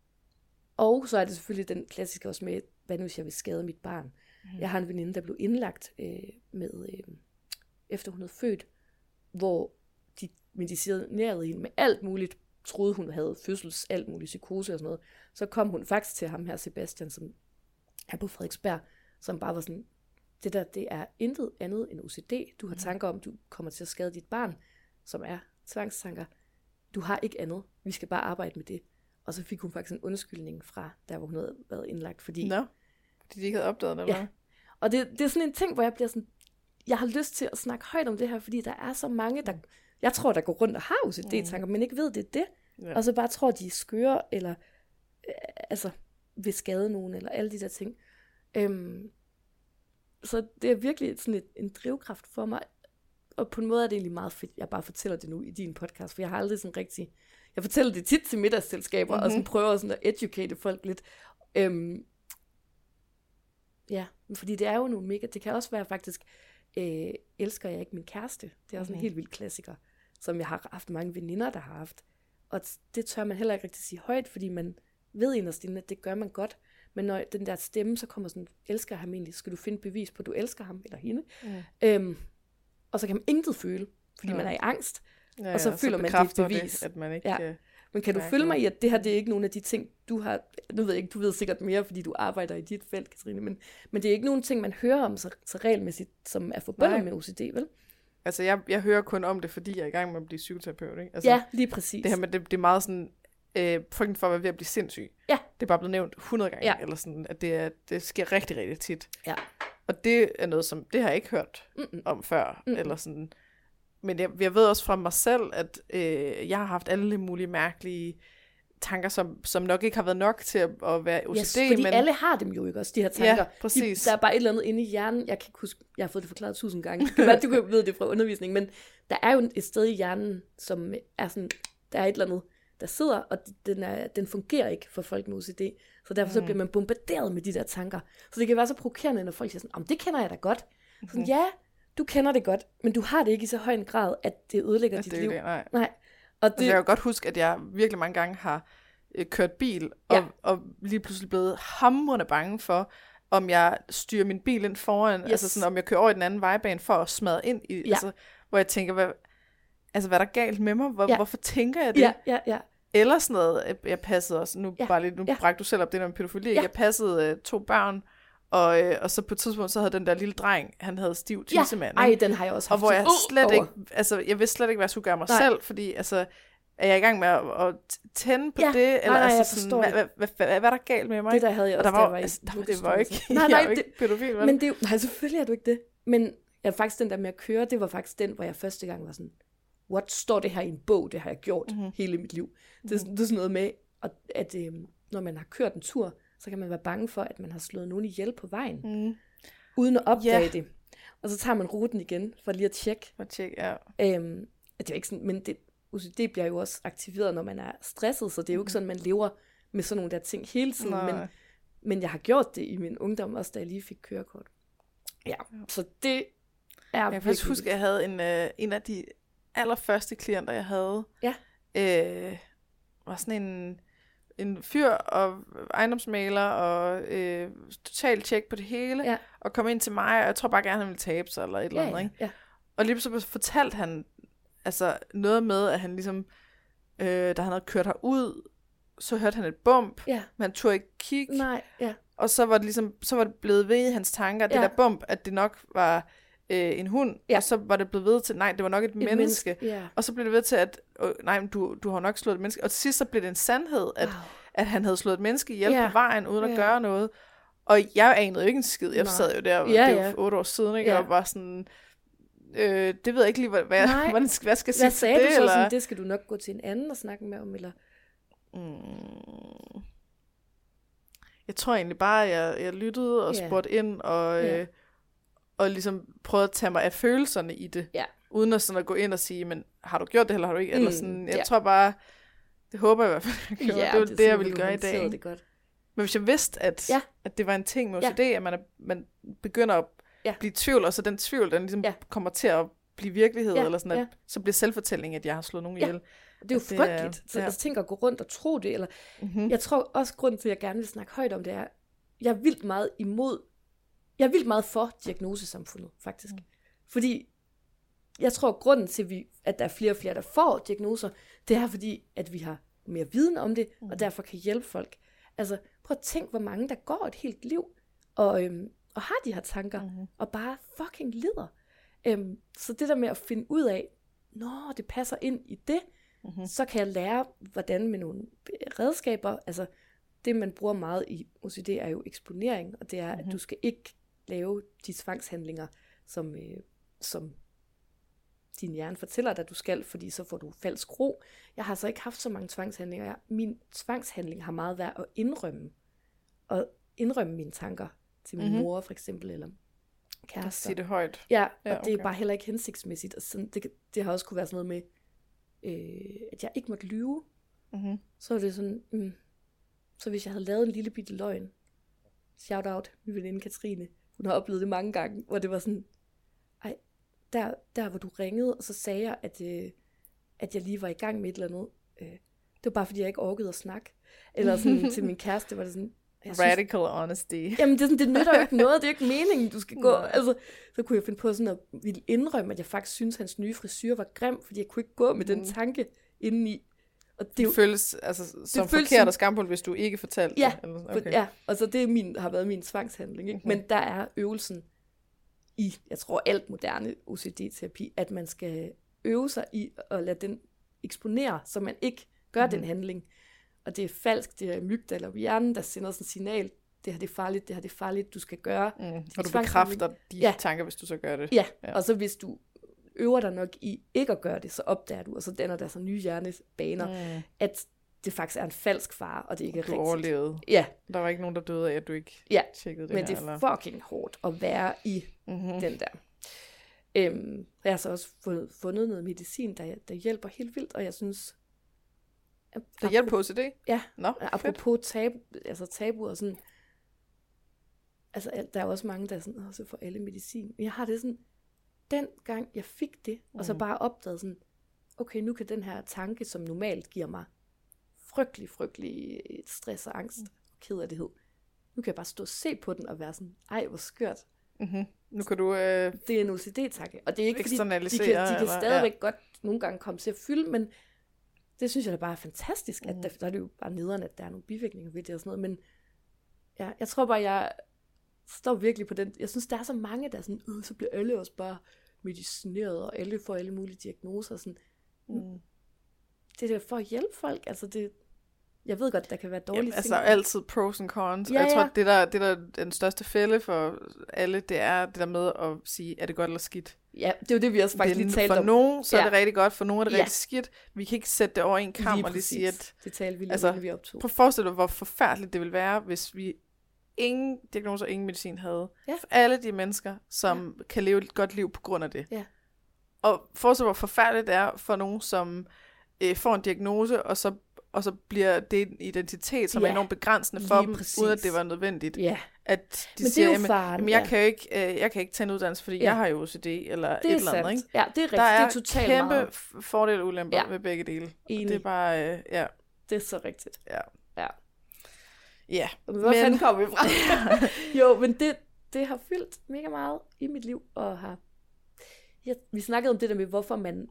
Speaker 2: og så er det selvfølgelig den klassiske også med, hvad nu hvis jeg vil skade mit barn. Mm. Jeg har en veninde, der blev indlagt øh, med, øh, efter hun havde født, hvor de medicinerede hende med alt muligt, troede hun havde fødsels, alt muligt, psykose og sådan noget. Så kom hun faktisk til ham her, Sebastian, som er på Frederiksberg, som bare var sådan, det der, det er intet andet end O C D. Du har tanker om, du kommer til at skade dit barn, som er tvangstanker. Du har ikke andet. Vi skal bare arbejde med det. Og så fik hun faktisk en undskyldning fra, der hvor hun havde været indlagt, fordi...
Speaker 1: Nå, fordi de ikke havde opdaget det, eller
Speaker 2: ja. Og det, det er sådan en ting, hvor jeg bliver sådan, jeg har lyst til at snakke højt om det her, fordi der er så mange, der, jeg tror, der går rundt og har O C D-tanker, mm. men ikke ved, det er det. Ja. Og så bare tror, de er skøre, eller øh, altså, vil skade nogen, eller alle de der ting. Øhm, så det er virkelig sådan et, en drivkraft for mig, og på en måde er det egentlig meget fedt, jeg bare fortæller det nu i din podcast, for jeg har aldrig sådan rigtig, jeg fortæller det tit til middagsselskaber, mm-hmm. og sådan prøver sådan at educate folk lidt. Øhm, ja, fordi det er jo nogle mega, det kan også være faktisk, øh, elsker jeg ikke min kæreste, det er også mm-hmm. en helt vild klassiker, som jeg har haft mange veninder, der har haft, og det tør man heller ikke rigtig sige højt, fordi man ved inderst inde, at det gør man godt. Men når den der stemme, så kommer sådan, elsker ham egentlig, skal du finde bevis på, at du elsker ham eller hende. Mm. Øhm, og så kan man intet føle, fordi ja. man er i angst. Ja, ja, og så føler så man det bevis.
Speaker 1: Det, at man ikke,
Speaker 2: ja. Men kan du følge mig i, at det her, det er ikke nogen af de ting, du har, nu ved jeg ikke, du ved sikkert mere, fordi du arbejder i dit felt, Katrine, men, men det er ikke nogen ting, man hører om så, så regelmæssigt, som er forbundet Nej. med O C D, vel?
Speaker 1: Altså, jeg, jeg hører kun om det, fordi jeg er i gang med at blive psykoterapeut, ikke? Altså,
Speaker 2: ja, lige præcis.
Speaker 1: Det her med, det, det er meget sådan, øh, frygten for at være ved at blive sindssyg.
Speaker 2: Ja.
Speaker 1: Det er bare blevet nævnt hundrede gange, ja. eller sådan, at det, er, det sker rigtig, rigtig tit.
Speaker 2: Ja.
Speaker 1: Og det er noget, som, det har jeg ikke hørt Mm-mm. om før, Mm-mm. eller sådan. Men jeg, jeg ved også fra mig selv, at øh, jeg har haft alle mulige mærkelige tanker, som, som nok ikke har været nok til at, at være O C D.
Speaker 2: Yes, fordi men... alle har dem jo ikke også, de her tanker.
Speaker 1: Ja, præcis.
Speaker 2: De, der er bare et eller andet inde i hjernen, jeg kan ikke huske, jeg har fået det forklaret tusind gange, det kan være, du kan vide det fra undervisning, men der er jo et sted i hjernen, som er sådan, der er et eller andet, der sidder, og den, er, den fungerer ikke for folk med O C D, så derfor mm. så bliver man bombarderet med de der tanker. Så det kan være så provokerende, når folk siger sådan, det kender jeg da godt. Mm-hmm. Sådan, ja, du kender det godt, men du har det ikke i så høj en grad, at det ødelægger ja, dit
Speaker 1: det
Speaker 2: liv.
Speaker 1: Det, nej.
Speaker 2: nej. Og det...
Speaker 1: altså, jeg kan godt huske, at jeg virkelig mange gange har øh, kørt bil, og, ja. og lige pludselig blevet hamrende bange for, om jeg styrer min bil ind foran, yes. altså sådan, om jeg kører over i den anden vejbane for at smadre ind i, ja. altså, hvor jeg tænker, hvad, altså, hvad er der galt med mig? Hvor, ja. Hvorfor tænker jeg det?
Speaker 2: Ja, ja, ja.
Speaker 1: Eller sådan noget, jeg passede også, nu, ja. bare lidt, nu ja. bragte du selv op det der med pædofili, ja. jeg passede uh, to børn, og, øh, og så på et tidspunkt, så havde den der lille dreng, han havde stiv tissemand.
Speaker 2: Ja, ej, den har jeg også haft.
Speaker 1: Og hvor jeg slet uh, ikke, altså, jeg vidste slet ikke, hvad jeg skulle gøre mig nej. selv, fordi, altså, er jeg i gang med at, at tænde på
Speaker 2: ja.
Speaker 1: det, eller
Speaker 2: nej, nej,
Speaker 1: altså sådan, hvad, hvad, hvad, hvad, hvad er der galt med mig?
Speaker 2: Det der havde jeg også,
Speaker 1: og der var,
Speaker 2: der var
Speaker 1: altså, der, det var ikke,
Speaker 2: nej, nej,
Speaker 1: jeg er jo ikke pædofil, vel?
Speaker 2: Men det, nej, selvfølgelig er du ikke det. Men ja, faktisk den der med at køre, det var faktisk den, hvor jeg første gang var sådan, what, står det her i en bog, det har jeg gjort mm-hmm. hele mit liv. Det, mm-hmm. det er sådan noget med, at, at øh, når man har kørt en tur, så kan man være bange for, at man har slået nogen ihjel på vejen, mm. uden at opdage yeah. det. Og så tager man ruten igen, for lige at tjekke.
Speaker 1: For at tjekke, ja.
Speaker 2: Øhm, det er ikke sådan, men det, O C D bliver jo også aktiveret, når man er stresset, så det er jo ikke sådan, man lever med sådan nogle der ting hele tiden. Men, men jeg har gjort det i min ungdom, også da jeg lige fik kørekort. Ja, så det er
Speaker 1: jeg kan faktisk huske, at jeg havde en, øh, en af de allerførste klienter, jeg havde,
Speaker 2: ja.
Speaker 1: øh, var sådan en, en fyr og ejendomsmægler og øh, totalt tjek på det hele, ja. og kom ind til mig, og jeg tror bare gerne, han ville tabe sig, eller et eller
Speaker 2: ja,
Speaker 1: andet, ikke?
Speaker 2: Ja.
Speaker 1: Og lige så fortalte han altså noget med, at han ligesom, øh, da han havde kørt herud, så hørte han et bump,
Speaker 2: ja.
Speaker 1: men han turde ikke kigge.
Speaker 2: Nej, ja.
Speaker 1: Og så var det ligesom, så var det blevet ved i hans tanker, ja. det der bump, at det nok var øh, en hund, ja. og så var det blevet ved til, nej, det var nok et, et menneske. menneske.
Speaker 2: Ja.
Speaker 1: Og så blev det ved til, at øh, nej, du, du har nok slået et menneske. Og til sidst så blev det en sandhed, at, wow. at han havde slået et menneske ihjel ja. på vejen, uden at ja. gøre noget. Og jeg anede jo ikke en skid. Jeg nej. sad jo der, ja, det var ja. otte år siden, ikke? Ja. og var sådan... Øh, det ved jeg ikke lige, hvad, hvad, hvad, hvad skal jeg sige
Speaker 2: hvad sagde
Speaker 1: det,
Speaker 2: du så?
Speaker 1: Eller?
Speaker 2: Sådan, det skal du nok gå til en anden og snakke med om, eller?
Speaker 1: Mm. Jeg tror egentlig bare, at jeg, jeg lyttede og yeah. spurgte ind, og, yeah. øh, og ligesom prøvede at tage mig af følelserne i det,
Speaker 2: yeah.
Speaker 1: uden at, sådan at gå ind og sige, men har du gjort det, eller har du ikke? Mm. Eller sådan, jeg
Speaker 2: yeah.
Speaker 1: tror bare, det håber jeg i hvert fald, jeg gjorde.
Speaker 2: Yeah,
Speaker 1: det var
Speaker 2: det,
Speaker 1: det, jeg ville gøre i dag.
Speaker 2: Det godt.
Speaker 1: Men hvis jeg vidste, at,
Speaker 2: yeah.
Speaker 1: at det var en ting med O C D,
Speaker 2: yeah.
Speaker 1: at man, er, man begynder at yeah. blive i tvivl, og så den tvivl, den ligesom yeah. kommer til at blive virkelighed, ja, eller sådan, at, ja. så bliver selvfortælling, at jeg har slået nogen ihjel.
Speaker 2: Ja, det er jo frygteligt. Det, så ja. altså, tænk at gå rundt og tro det, eller mm-hmm. jeg tror også, grunden til, at jeg gerne vil snakke højt om det, er, jeg er vildt meget imod, jeg er vildt meget for diagnosesamfundet, faktisk. Mm. Fordi, jeg tror, grunden til, at der er flere og flere, der får diagnoser, det er fordi, at vi har mere viden om det, mm. og derfor kan hjælpe folk. Altså, prøv at tænk, hvor mange, der går et helt liv, og, øhm, og har de her tanker, mm. og bare fucking lider. Øhm, så det der med at finde ud af, når det passer ind i det, mm-hmm. så kan jeg lære, hvordan med nogle redskaber, altså det man bruger meget i O C D er jo eksponering, og det er, mm-hmm. at du skal ikke lave de tvangshandlinger, som, øh, som din hjerne fortæller dig, du skal, fordi så får du falsk ro. Jeg har så ikke haft så mange tvangshandlinger. Jeg, min tvangshandling har meget været at indrømme, og indrømme mine tanker til min mm-hmm. mor for eksempel, eller kærester.
Speaker 1: Sige det højt.
Speaker 2: Ja, og ja, okay. det er bare heller ikke hensigtsmæssigt. Og sådan, det, det har også kunne være sådan noget med, øh, at jeg ikke måtte lyve. Mm-hmm. Så er det sådan, mm, så hvis jeg havde lavet en lille bitte løgn, shout out, min veninde Katrine, hun har oplevet det mange gange, hvor det var sådan, ej, der, der hvor du ringede, og så sagde jeg, at, øh, at jeg lige var i gang med et eller andet. Øh, det var bare fordi, jeg ikke orkede at snakke. Eller sådan til min kæreste, var det sådan,
Speaker 1: radical synes, honesty.
Speaker 2: Jamen, det, er sådan, det nytter jo ikke noget. Det er jo ikke meningen, du skal gå. Altså, så kunne jeg finde på sådan at ville indrømme, at jeg faktisk synes, at hans nye frisyr var grim, fordi jeg kunne ikke gå med mm. den tanke indeni. Og det,
Speaker 1: det jo, føles altså, som det forkert som, og skamfuldt, hvis du ikke fortalte
Speaker 2: ja,
Speaker 1: det.
Speaker 2: Okay. For, ja, og så det er min, har været min tvangshandling. Ikke? Mm-hmm. Men der er øvelsen i, jeg tror, alt moderne O C D-terapi, at man skal øve sig i at lade den eksponere, så man ikke gør mm-hmm. den handling. Og det er falsk, det er amygdala eller hjernen, der sender sådan et signal, det her det er farligt, det her det er farligt, du skal gøre.
Speaker 1: Mm, og du bekræfter de
Speaker 2: ja.
Speaker 1: tanker, hvis du så gør det.
Speaker 2: Ja. ja, og så hvis du øver dig nok i ikke at gøre det, så opdager du, og så danner der så nye hjernebaner, mm. at det faktisk er en falsk fare, og det ikke er rigtigt.
Speaker 1: Du overlevede.
Speaker 2: Ja.
Speaker 1: Der var ikke nogen, der døde af, at du ikke
Speaker 2: ja.
Speaker 1: tjekkede det
Speaker 2: men
Speaker 1: her,
Speaker 2: det er
Speaker 1: eller?
Speaker 2: fucking hårdt at være i mm-hmm. den der. Øhm, jeg har så også fundet, fundet noget medicin, der, der hjælper helt vildt, og jeg synes...
Speaker 1: Det hjælper på O C D?
Speaker 2: Ja,
Speaker 1: Nå,
Speaker 2: apropos tabu, altså tabu og sådan, altså der er også mange, der er sådan, så får alle medicin. Men jeg har det sådan, den gang jeg fik det, mm. og så bare opdagede sådan, okay, nu kan den her tanke, som normalt giver mig frygtelig, frygtelig stress og angst, mm. og kederlighed, Nu kan jeg bare stå og se på den og være sådan, ej, hvor skørt.
Speaker 1: Mm-hmm. Nu kan du... Øh,
Speaker 2: det er en O C D-takke. Og det er ikke fordi, de kan, de kan
Speaker 1: eller,
Speaker 2: stadigvæk ja. godt nogle gange komme til at fylde, men det synes jeg da bare er fantastisk, at mm. der, der er det jo bare nederen, at der er nogle bivirkninger ved det og sådan noget, men ja, jeg tror bare, jeg står virkelig på den, jeg synes, der er så mange, der er sådan, øh, så bliver alle også bare medicineret, og alle får alle mulige diagnoser, og sådan, mm. det er der for at hjælpe folk, altså det, jeg ved godt, der kan være dårlige
Speaker 1: Jamen,
Speaker 2: ting.
Speaker 1: Altså altid pros and cons, ja, og jeg tror, ja. det, der, det der er den største fælde for alle, det er det der med at sige, er det godt eller skidt?
Speaker 2: Ja, det er jo det, vi også faktisk lige talte
Speaker 1: om. For nogen, så
Speaker 2: ja.
Speaker 1: er det rigtig godt, for nogen er det
Speaker 2: ja.
Speaker 1: rigtig skidt. Vi kan ikke sætte det over en kamp og lige sige, at...
Speaker 2: Det talte vi lige,
Speaker 1: altså,
Speaker 2: vi optog.
Speaker 1: Prøv at forestille dig, hvor forfærdeligt det ville være, hvis vi ingen diagnoser, ingen medicin havde.
Speaker 2: Ja.
Speaker 1: For alle de mennesker, som ja. kan leve et godt liv på grund af det.
Speaker 2: Ja.
Speaker 1: Og forestil dig, hvor forfærdeligt det er for nogen, som øh, får en diagnose, og så og så bliver det en identitet, som ja, er enormt begrænsende for dem, præcis. Uden at det var nødvendigt.
Speaker 2: Ja.
Speaker 1: At de
Speaker 2: Men
Speaker 1: siger,
Speaker 2: det er jo faren,
Speaker 1: jamen, jeg,
Speaker 2: ja.
Speaker 1: kan jo ikke, øh, jeg kan ikke tage en uddannelse, fordi ja. jeg har jo O C D, eller
Speaker 2: det
Speaker 1: et eller andet. Ikke?
Speaker 2: Ja, det er rigtigt.
Speaker 1: Der er,
Speaker 2: det er totalt
Speaker 1: kæmpe
Speaker 2: meget.
Speaker 1: fordele og ulemper
Speaker 2: ja.
Speaker 1: ved begge dele.
Speaker 2: Enig.
Speaker 1: Det er bare, øh, ja.
Speaker 2: Det er så rigtigt.
Speaker 1: Ja.
Speaker 2: Ja.
Speaker 1: Ja.
Speaker 2: Hvor men... fanden kommer vi fra? jo, men det, det har fyldt mega meget i mit liv, og har... Ja, vi snakkede om det der med, hvorfor man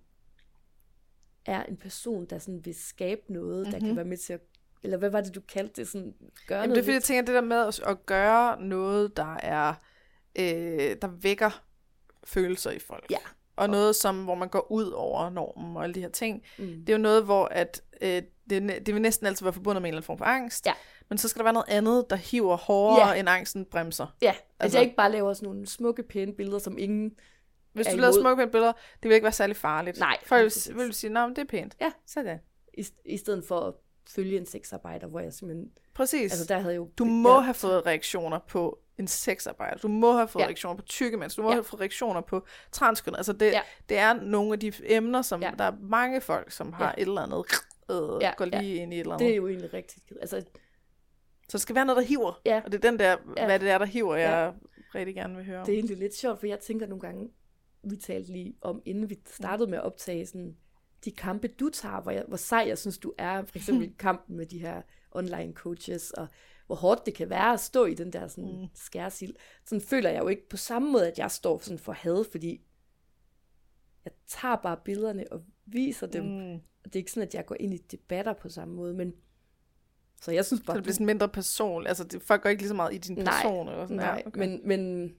Speaker 2: er en person, der sådan vil skabe noget, mm-hmm. der kan være med til at... Eller hvad var det, du kaldte det? Sådan, gøre
Speaker 1: Jamen,
Speaker 2: noget
Speaker 1: det er fordi, jeg tænker, det der med at, at gøre noget, der er... Øh, der vækker følelser i folk.
Speaker 2: Ja.
Speaker 1: Og noget, som, hvor man går ud over normen og alle de her ting.
Speaker 2: Mm.
Speaker 1: Det er jo noget, hvor at, øh, det, det vil næsten altid være forbundet med en eller anden form for angst.
Speaker 2: Ja.
Speaker 1: Men så skal der være noget andet, der hiver hårdere, ja. end angsten bremser.
Speaker 2: Ja, altså, altså jeg ikke bare laver sådan nogle smukke, pæne billeder, som ingen
Speaker 1: Hvis du laver smukke, pæne billeder, det vil ikke være særlig farligt.
Speaker 2: Nej.
Speaker 1: Folk vil, vil sige, nej, det er pænt.
Speaker 2: Ja.
Speaker 1: Sådan.
Speaker 2: I, I stedet for at følge en sexarbejder, hvor jeg simpelthen...
Speaker 1: Præcis.
Speaker 2: Altså, der havde jo...
Speaker 1: Du må ja. have fået reaktioner på en sexarbejder. Du må have fået ja. reaktioner på tykke mennesker. Du må ja. have fået reaktioner på transkøn. Altså, det, ja. det er nogle af de emner, som ja. der er mange folk, som har ja. et eller andet... Øh, ja. går lige ja. ind i et eller andet.
Speaker 2: Det er jo egentlig rigtigt. Altså...
Speaker 1: Så det skal være noget, der hiver.
Speaker 2: Ja.
Speaker 1: Og det er den der,
Speaker 2: ja.
Speaker 1: hvad det er, der hiver, jeg
Speaker 2: ja.
Speaker 1: rigtig gerne vil høre om.
Speaker 2: Det er egentlig lidt sjovt, for jeg tænker nogle gange, vi talte lige om, inden vi startede med at optage sådan, de kampe, du tager, hvor, jeg, hvor sej jeg synes, du er. For eksempel kampen med de her online coaches, og hvor hårdt det kan være at stå i den der sådan, mm. skærsild. Sådan føler jeg jo ikke på samme måde, at jeg står sådan for had, fordi jeg tager bare billederne og viser dem. Mm. Og det er ikke sådan, at jeg går ind i debatter på samme måde, men så jeg synes bare...
Speaker 1: Så det bliver sådan mindre person. Altså, det, folk går ikke lige så meget i din person.
Speaker 2: Nej,
Speaker 1: eller sådan.
Speaker 2: nej.
Speaker 1: Ja, okay.
Speaker 2: men, men,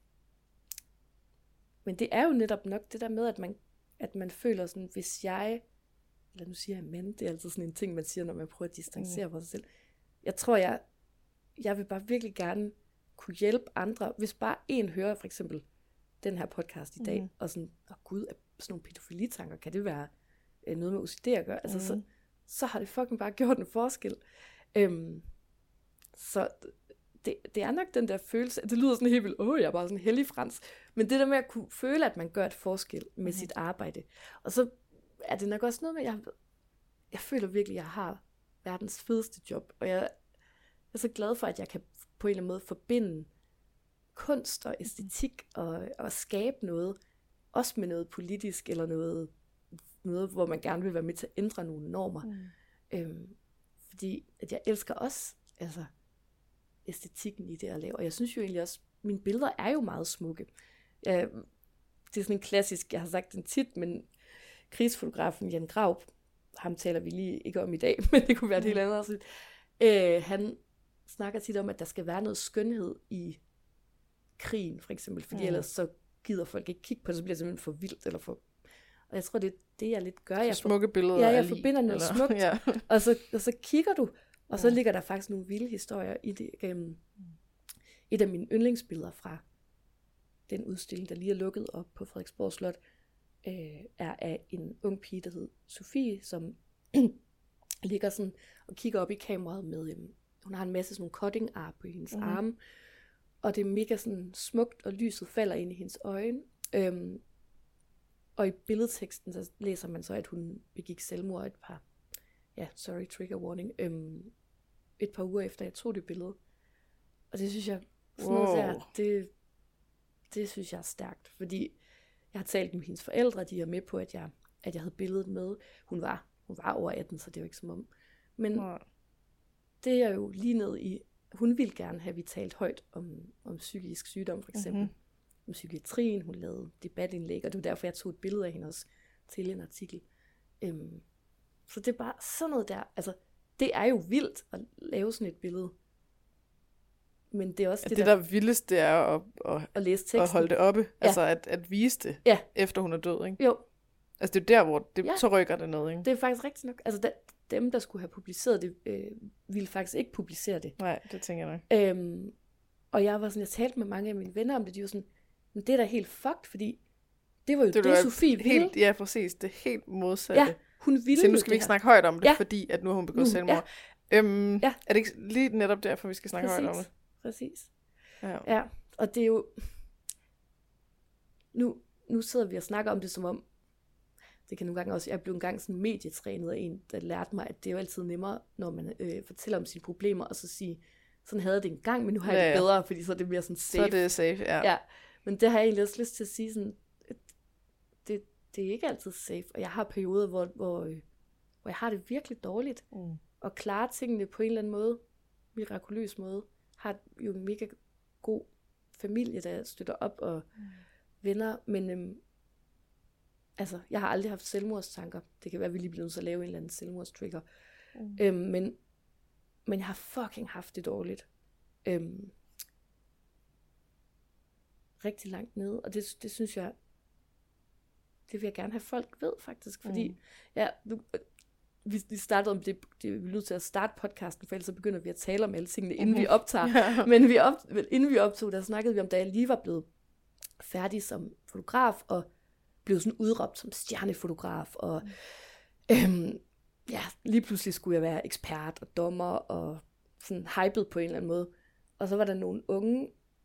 Speaker 2: men det er jo netop nok det der med, at man, at man føler sådan, hvis jeg... Eller nu siger jeg men, det er altid sådan en ting, man siger, når man prøver at distancere mm. fra sig selv. Jeg tror, jeg, jeg vil bare virkelig gerne kunne hjælpe andre. Hvis bare en hører for eksempel den her podcast i dag, mm. og sådan, åh oh, gud, sådan nogle pædofilitanker, kan det være øh, noget med O C D at gøre? Altså, mm. så, så har det fucking bare gjort en forskel. Øhm, så det, det er nok den der følelse, det lyder sådan helt vildt, åh, jeg er bare sådan hellig frans, men det der med at kunne føle, at man gør et forskel med mm. sit arbejde. Og så er det nok også noget med, at jeg, jeg føler virkelig, at jeg har verdens fedeste job, og jeg er så glad for, at jeg kan på en eller anden måde forbinde kunst og æstetik og, og skabe noget, også med noget politisk, eller noget, noget, hvor man gerne vil være med til at ændre nogle normer. Mm. Øhm, fordi at jeg elsker også altså, æstetikken i det at lave, og jeg synes jo egentlig også, mine billeder er jo meget smukke. Jeg, det er sådan en klassisk, jeg har sagt den tit, men krigsfotografen Jan Graup, ham taler vi lige ikke om i dag, men det kunne være et helt andet afsnit. Øh, han snakker tit om, at der skal være noget skønhed i krigen, for eksempel, fordi mm. ellers så gider folk ikke kigge på det, så bliver det simpelthen for vildt, eller for... Og jeg tror, det er det, jeg lidt gør. Jeg
Speaker 1: smukke billeder.
Speaker 2: Ja, jeg forbinder noget
Speaker 1: eller?
Speaker 2: smukt,
Speaker 1: ja.
Speaker 2: og, så, og så kigger du, og så ja. ligger der faktisk nogle vilde historier i det. Um, et af mine yndlingsbilleder fra den udstilling, der lige er lukket op på Frederiksborg Slot, øh, er af en ung pige, der hed Sofie, som ligger sådan og kigger op i kameraet med, um, hun har en masse sådan nogle cutting ar på hendes mm. arme, og det er mega sådan smukt, og lyset falder ind i hendes øjne. Um, og i billedteksten, så læser man så, at hun begik selvmord et par, ja, sorry, trigger warning, um, et par uger efter, jeg tog det billede. Og det synes jeg, sådan wow. noget der, det, det synes jeg er stærkt, fordi jeg har talt med hendes forældre, de er med på, at jeg, at jeg havde billedet med. Hun var, hun var over atten, så det er jo ikke som om. Men wow. det er jo lige ned i hun ville gerne have, at vi talte højt om, om psykisk sygdom, for eksempel. Mm-hmm. Om psykiatrien, hun lavede debatindlæg, og det var derfor, jeg tog et billede af hende også til en artikel. Øhm, så det er bare sådan noget der, altså, det er jo vildt at lave sådan et billede. Men det er også
Speaker 1: ja,
Speaker 2: det,
Speaker 1: det
Speaker 2: der...
Speaker 1: der vildest, det er at, at,
Speaker 2: at læse teksten.
Speaker 1: At holde det oppe.
Speaker 2: Ja.
Speaker 1: Altså at, at vise det,
Speaker 2: ja.
Speaker 1: efter hun er død, ikke?
Speaker 2: Jo.
Speaker 1: Altså det er der, hvor det,
Speaker 2: ja.
Speaker 1: så rykker det noget, ikke?
Speaker 2: Det er faktisk rigtigt nok. Altså der, dem, der skulle have publiceret det, øh, ville faktisk ikke publicere det.
Speaker 1: Nej, det tænker jeg nok.
Speaker 2: Øhm, og jeg var sådan, jeg talte med mange af mine venner om det, de var sådan, men det er da helt fucked, fordi det var jo det, det Sofie ville.
Speaker 1: Helt, ja, præcis. Det er helt modsatte.
Speaker 2: Ja, hun ville
Speaker 1: så nu skal vi ikke snakke højt om det, ja. fordi at nu har hun begået selvmord.
Speaker 2: Ja.
Speaker 1: Øhm,
Speaker 2: ja.
Speaker 1: Er det ikke lige netop derfor, vi skal snakke
Speaker 2: præcis.
Speaker 1: højt om det?
Speaker 2: Præcis.
Speaker 1: Ja.
Speaker 2: ja, og det er jo... Nu, nu sidder vi og snakker om det som om, det kan nogle gange også, jeg blev engang sådan medietrænet af en, der lærte mig, at det er jo altid nemmere, når man øh, fortæller om sine problemer, og så sige, sådan havde jeg det engang, men nu har jeg ja, det bedre, fordi så er det mere sådan safe.
Speaker 1: Så er det safe, ja.
Speaker 2: ja. Men det har jeg egentlig også lyst til at sige sådan, det, det er ikke altid safe, og jeg har perioder, hvor, hvor, øh, hvor jeg har det virkelig dårligt, mm. og klarer tingene på en eller anden måde, mirakuløs måde, har jo en mega god familie, der støtter op, og mm. venner, men øhm, altså, jeg har aldrig haft selvmordstanker. Det kan være, at vi lige bliver nødt til at lave en eller anden selvmordstrigger. Mm. Øhm, men, men jeg har fucking haft det dårligt. Øhm, rigtig langt nede, og det, det synes jeg, det vil jeg gerne have folk ved, faktisk, fordi, mm. ja, nu, vi, vi startede om det, det, vi er nødt til at starte podcasten, for ellers så begynder vi at tale om alle tingene, inden mm-hmm. vi optager. Ja. Men vi op, inden vi optog, der snakkede vi om, da jeg lige var blevet færdig som fotograf, og blev sådan udråbt som stjernefotograf, og mm. øhm, ja, lige pludselig skulle jeg være ekspert og dommer, og sådan hyped på en eller anden måde. Og så var der nogle unge,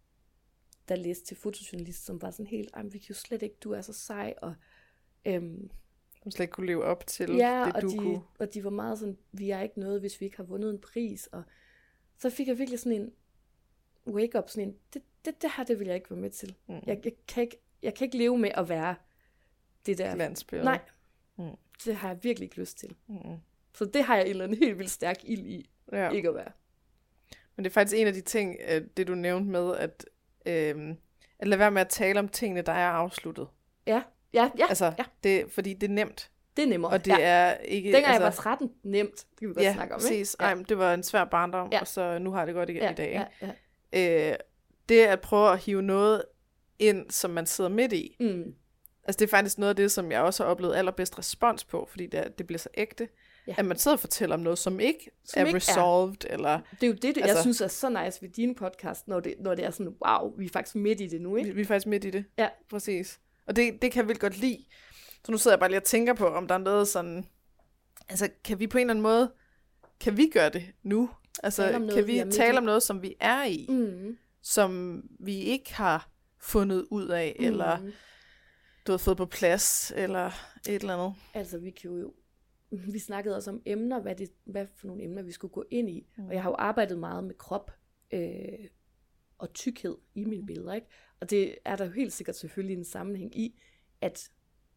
Speaker 2: der læste til fotojournalist, som var sådan helt, ej, vi kan jo slet ikke, du er så sej, og øhm,
Speaker 1: som slet ikke kunne leve op til
Speaker 2: ja,
Speaker 1: det, du
Speaker 2: og de,
Speaker 1: kunne.
Speaker 2: og de var meget sådan, vi er ikke noget, hvis vi ikke har vundet en pris, og så fik jeg virkelig sådan en wake-up, sådan en, det, det, det her, det vil jeg ikke være med til. Mm. Jeg, jeg, kan ikke, jeg kan ikke leve med at være det der.
Speaker 1: Glansbillede.
Speaker 2: Nej,
Speaker 1: mm.
Speaker 2: det har jeg virkelig ikke lyst til.
Speaker 1: Mm.
Speaker 2: Så det har jeg en eller anden helt vildt stærk ild i,
Speaker 1: ja.
Speaker 2: ikke at være.
Speaker 1: Men det er faktisk en af de ting, det du nævnte med, at, øh, at lade være med at tale om tingene, der er afsluttet.
Speaker 2: Ja, ja, ja.
Speaker 1: Altså,
Speaker 2: ja.
Speaker 1: Det, fordi det er nemt.
Speaker 2: Det er nemmere.
Speaker 1: Og det
Speaker 2: ja.
Speaker 1: er ikke...
Speaker 2: Dengang
Speaker 1: altså,
Speaker 2: jeg var tretten, nemt. Det kan vi godt
Speaker 1: ja,
Speaker 2: snakke om,
Speaker 1: præcis.
Speaker 2: Ikke? Ja,
Speaker 1: præcis. Det var en svær barndom, ja. Og så nu har jeg det godt i,
Speaker 2: ja,
Speaker 1: i dag.
Speaker 2: Ja, ja.
Speaker 1: Øh, det at prøve at hive noget ind, som man sidder midt i.
Speaker 2: Mm.
Speaker 1: Altså det er faktisk noget af det, som jeg også har oplevet allerbedst respons på, fordi det, er, det bliver så ægte. Ja. At man sidder og fortæller om noget, som ikke som er ikke resolved. Er. Eller,
Speaker 2: det er jo det, det altså, jeg synes er så nice ved din podcast, når det, når det er sådan, wow, vi er faktisk midt i det nu, ikke?
Speaker 1: Vi, vi er faktisk midt i det.
Speaker 2: Ja.
Speaker 1: Præcis. Og det, det kan jeg vildt godt lide. Så nu sidder jeg bare lige og tænker på, om der er noget sådan... Altså, kan vi på en eller anden måde... Kan vi gøre det nu? Altså, noget, kan vi, vi tale om noget, som vi er i?
Speaker 2: Mm.
Speaker 1: Som vi ikke har fundet ud af, mm. eller du har fået på plads, eller et eller andet?
Speaker 2: Altså, vi kan jo... Vi snakkede også om emner, hvad, det, hvad for nogle emner, vi skulle gå ind i. Mm. Og jeg har jo arbejdet meget med krop øh, og tykkhed i mine billeder, ikke? Og det er der jo helt sikkert selvfølgelig en sammenhæng i, at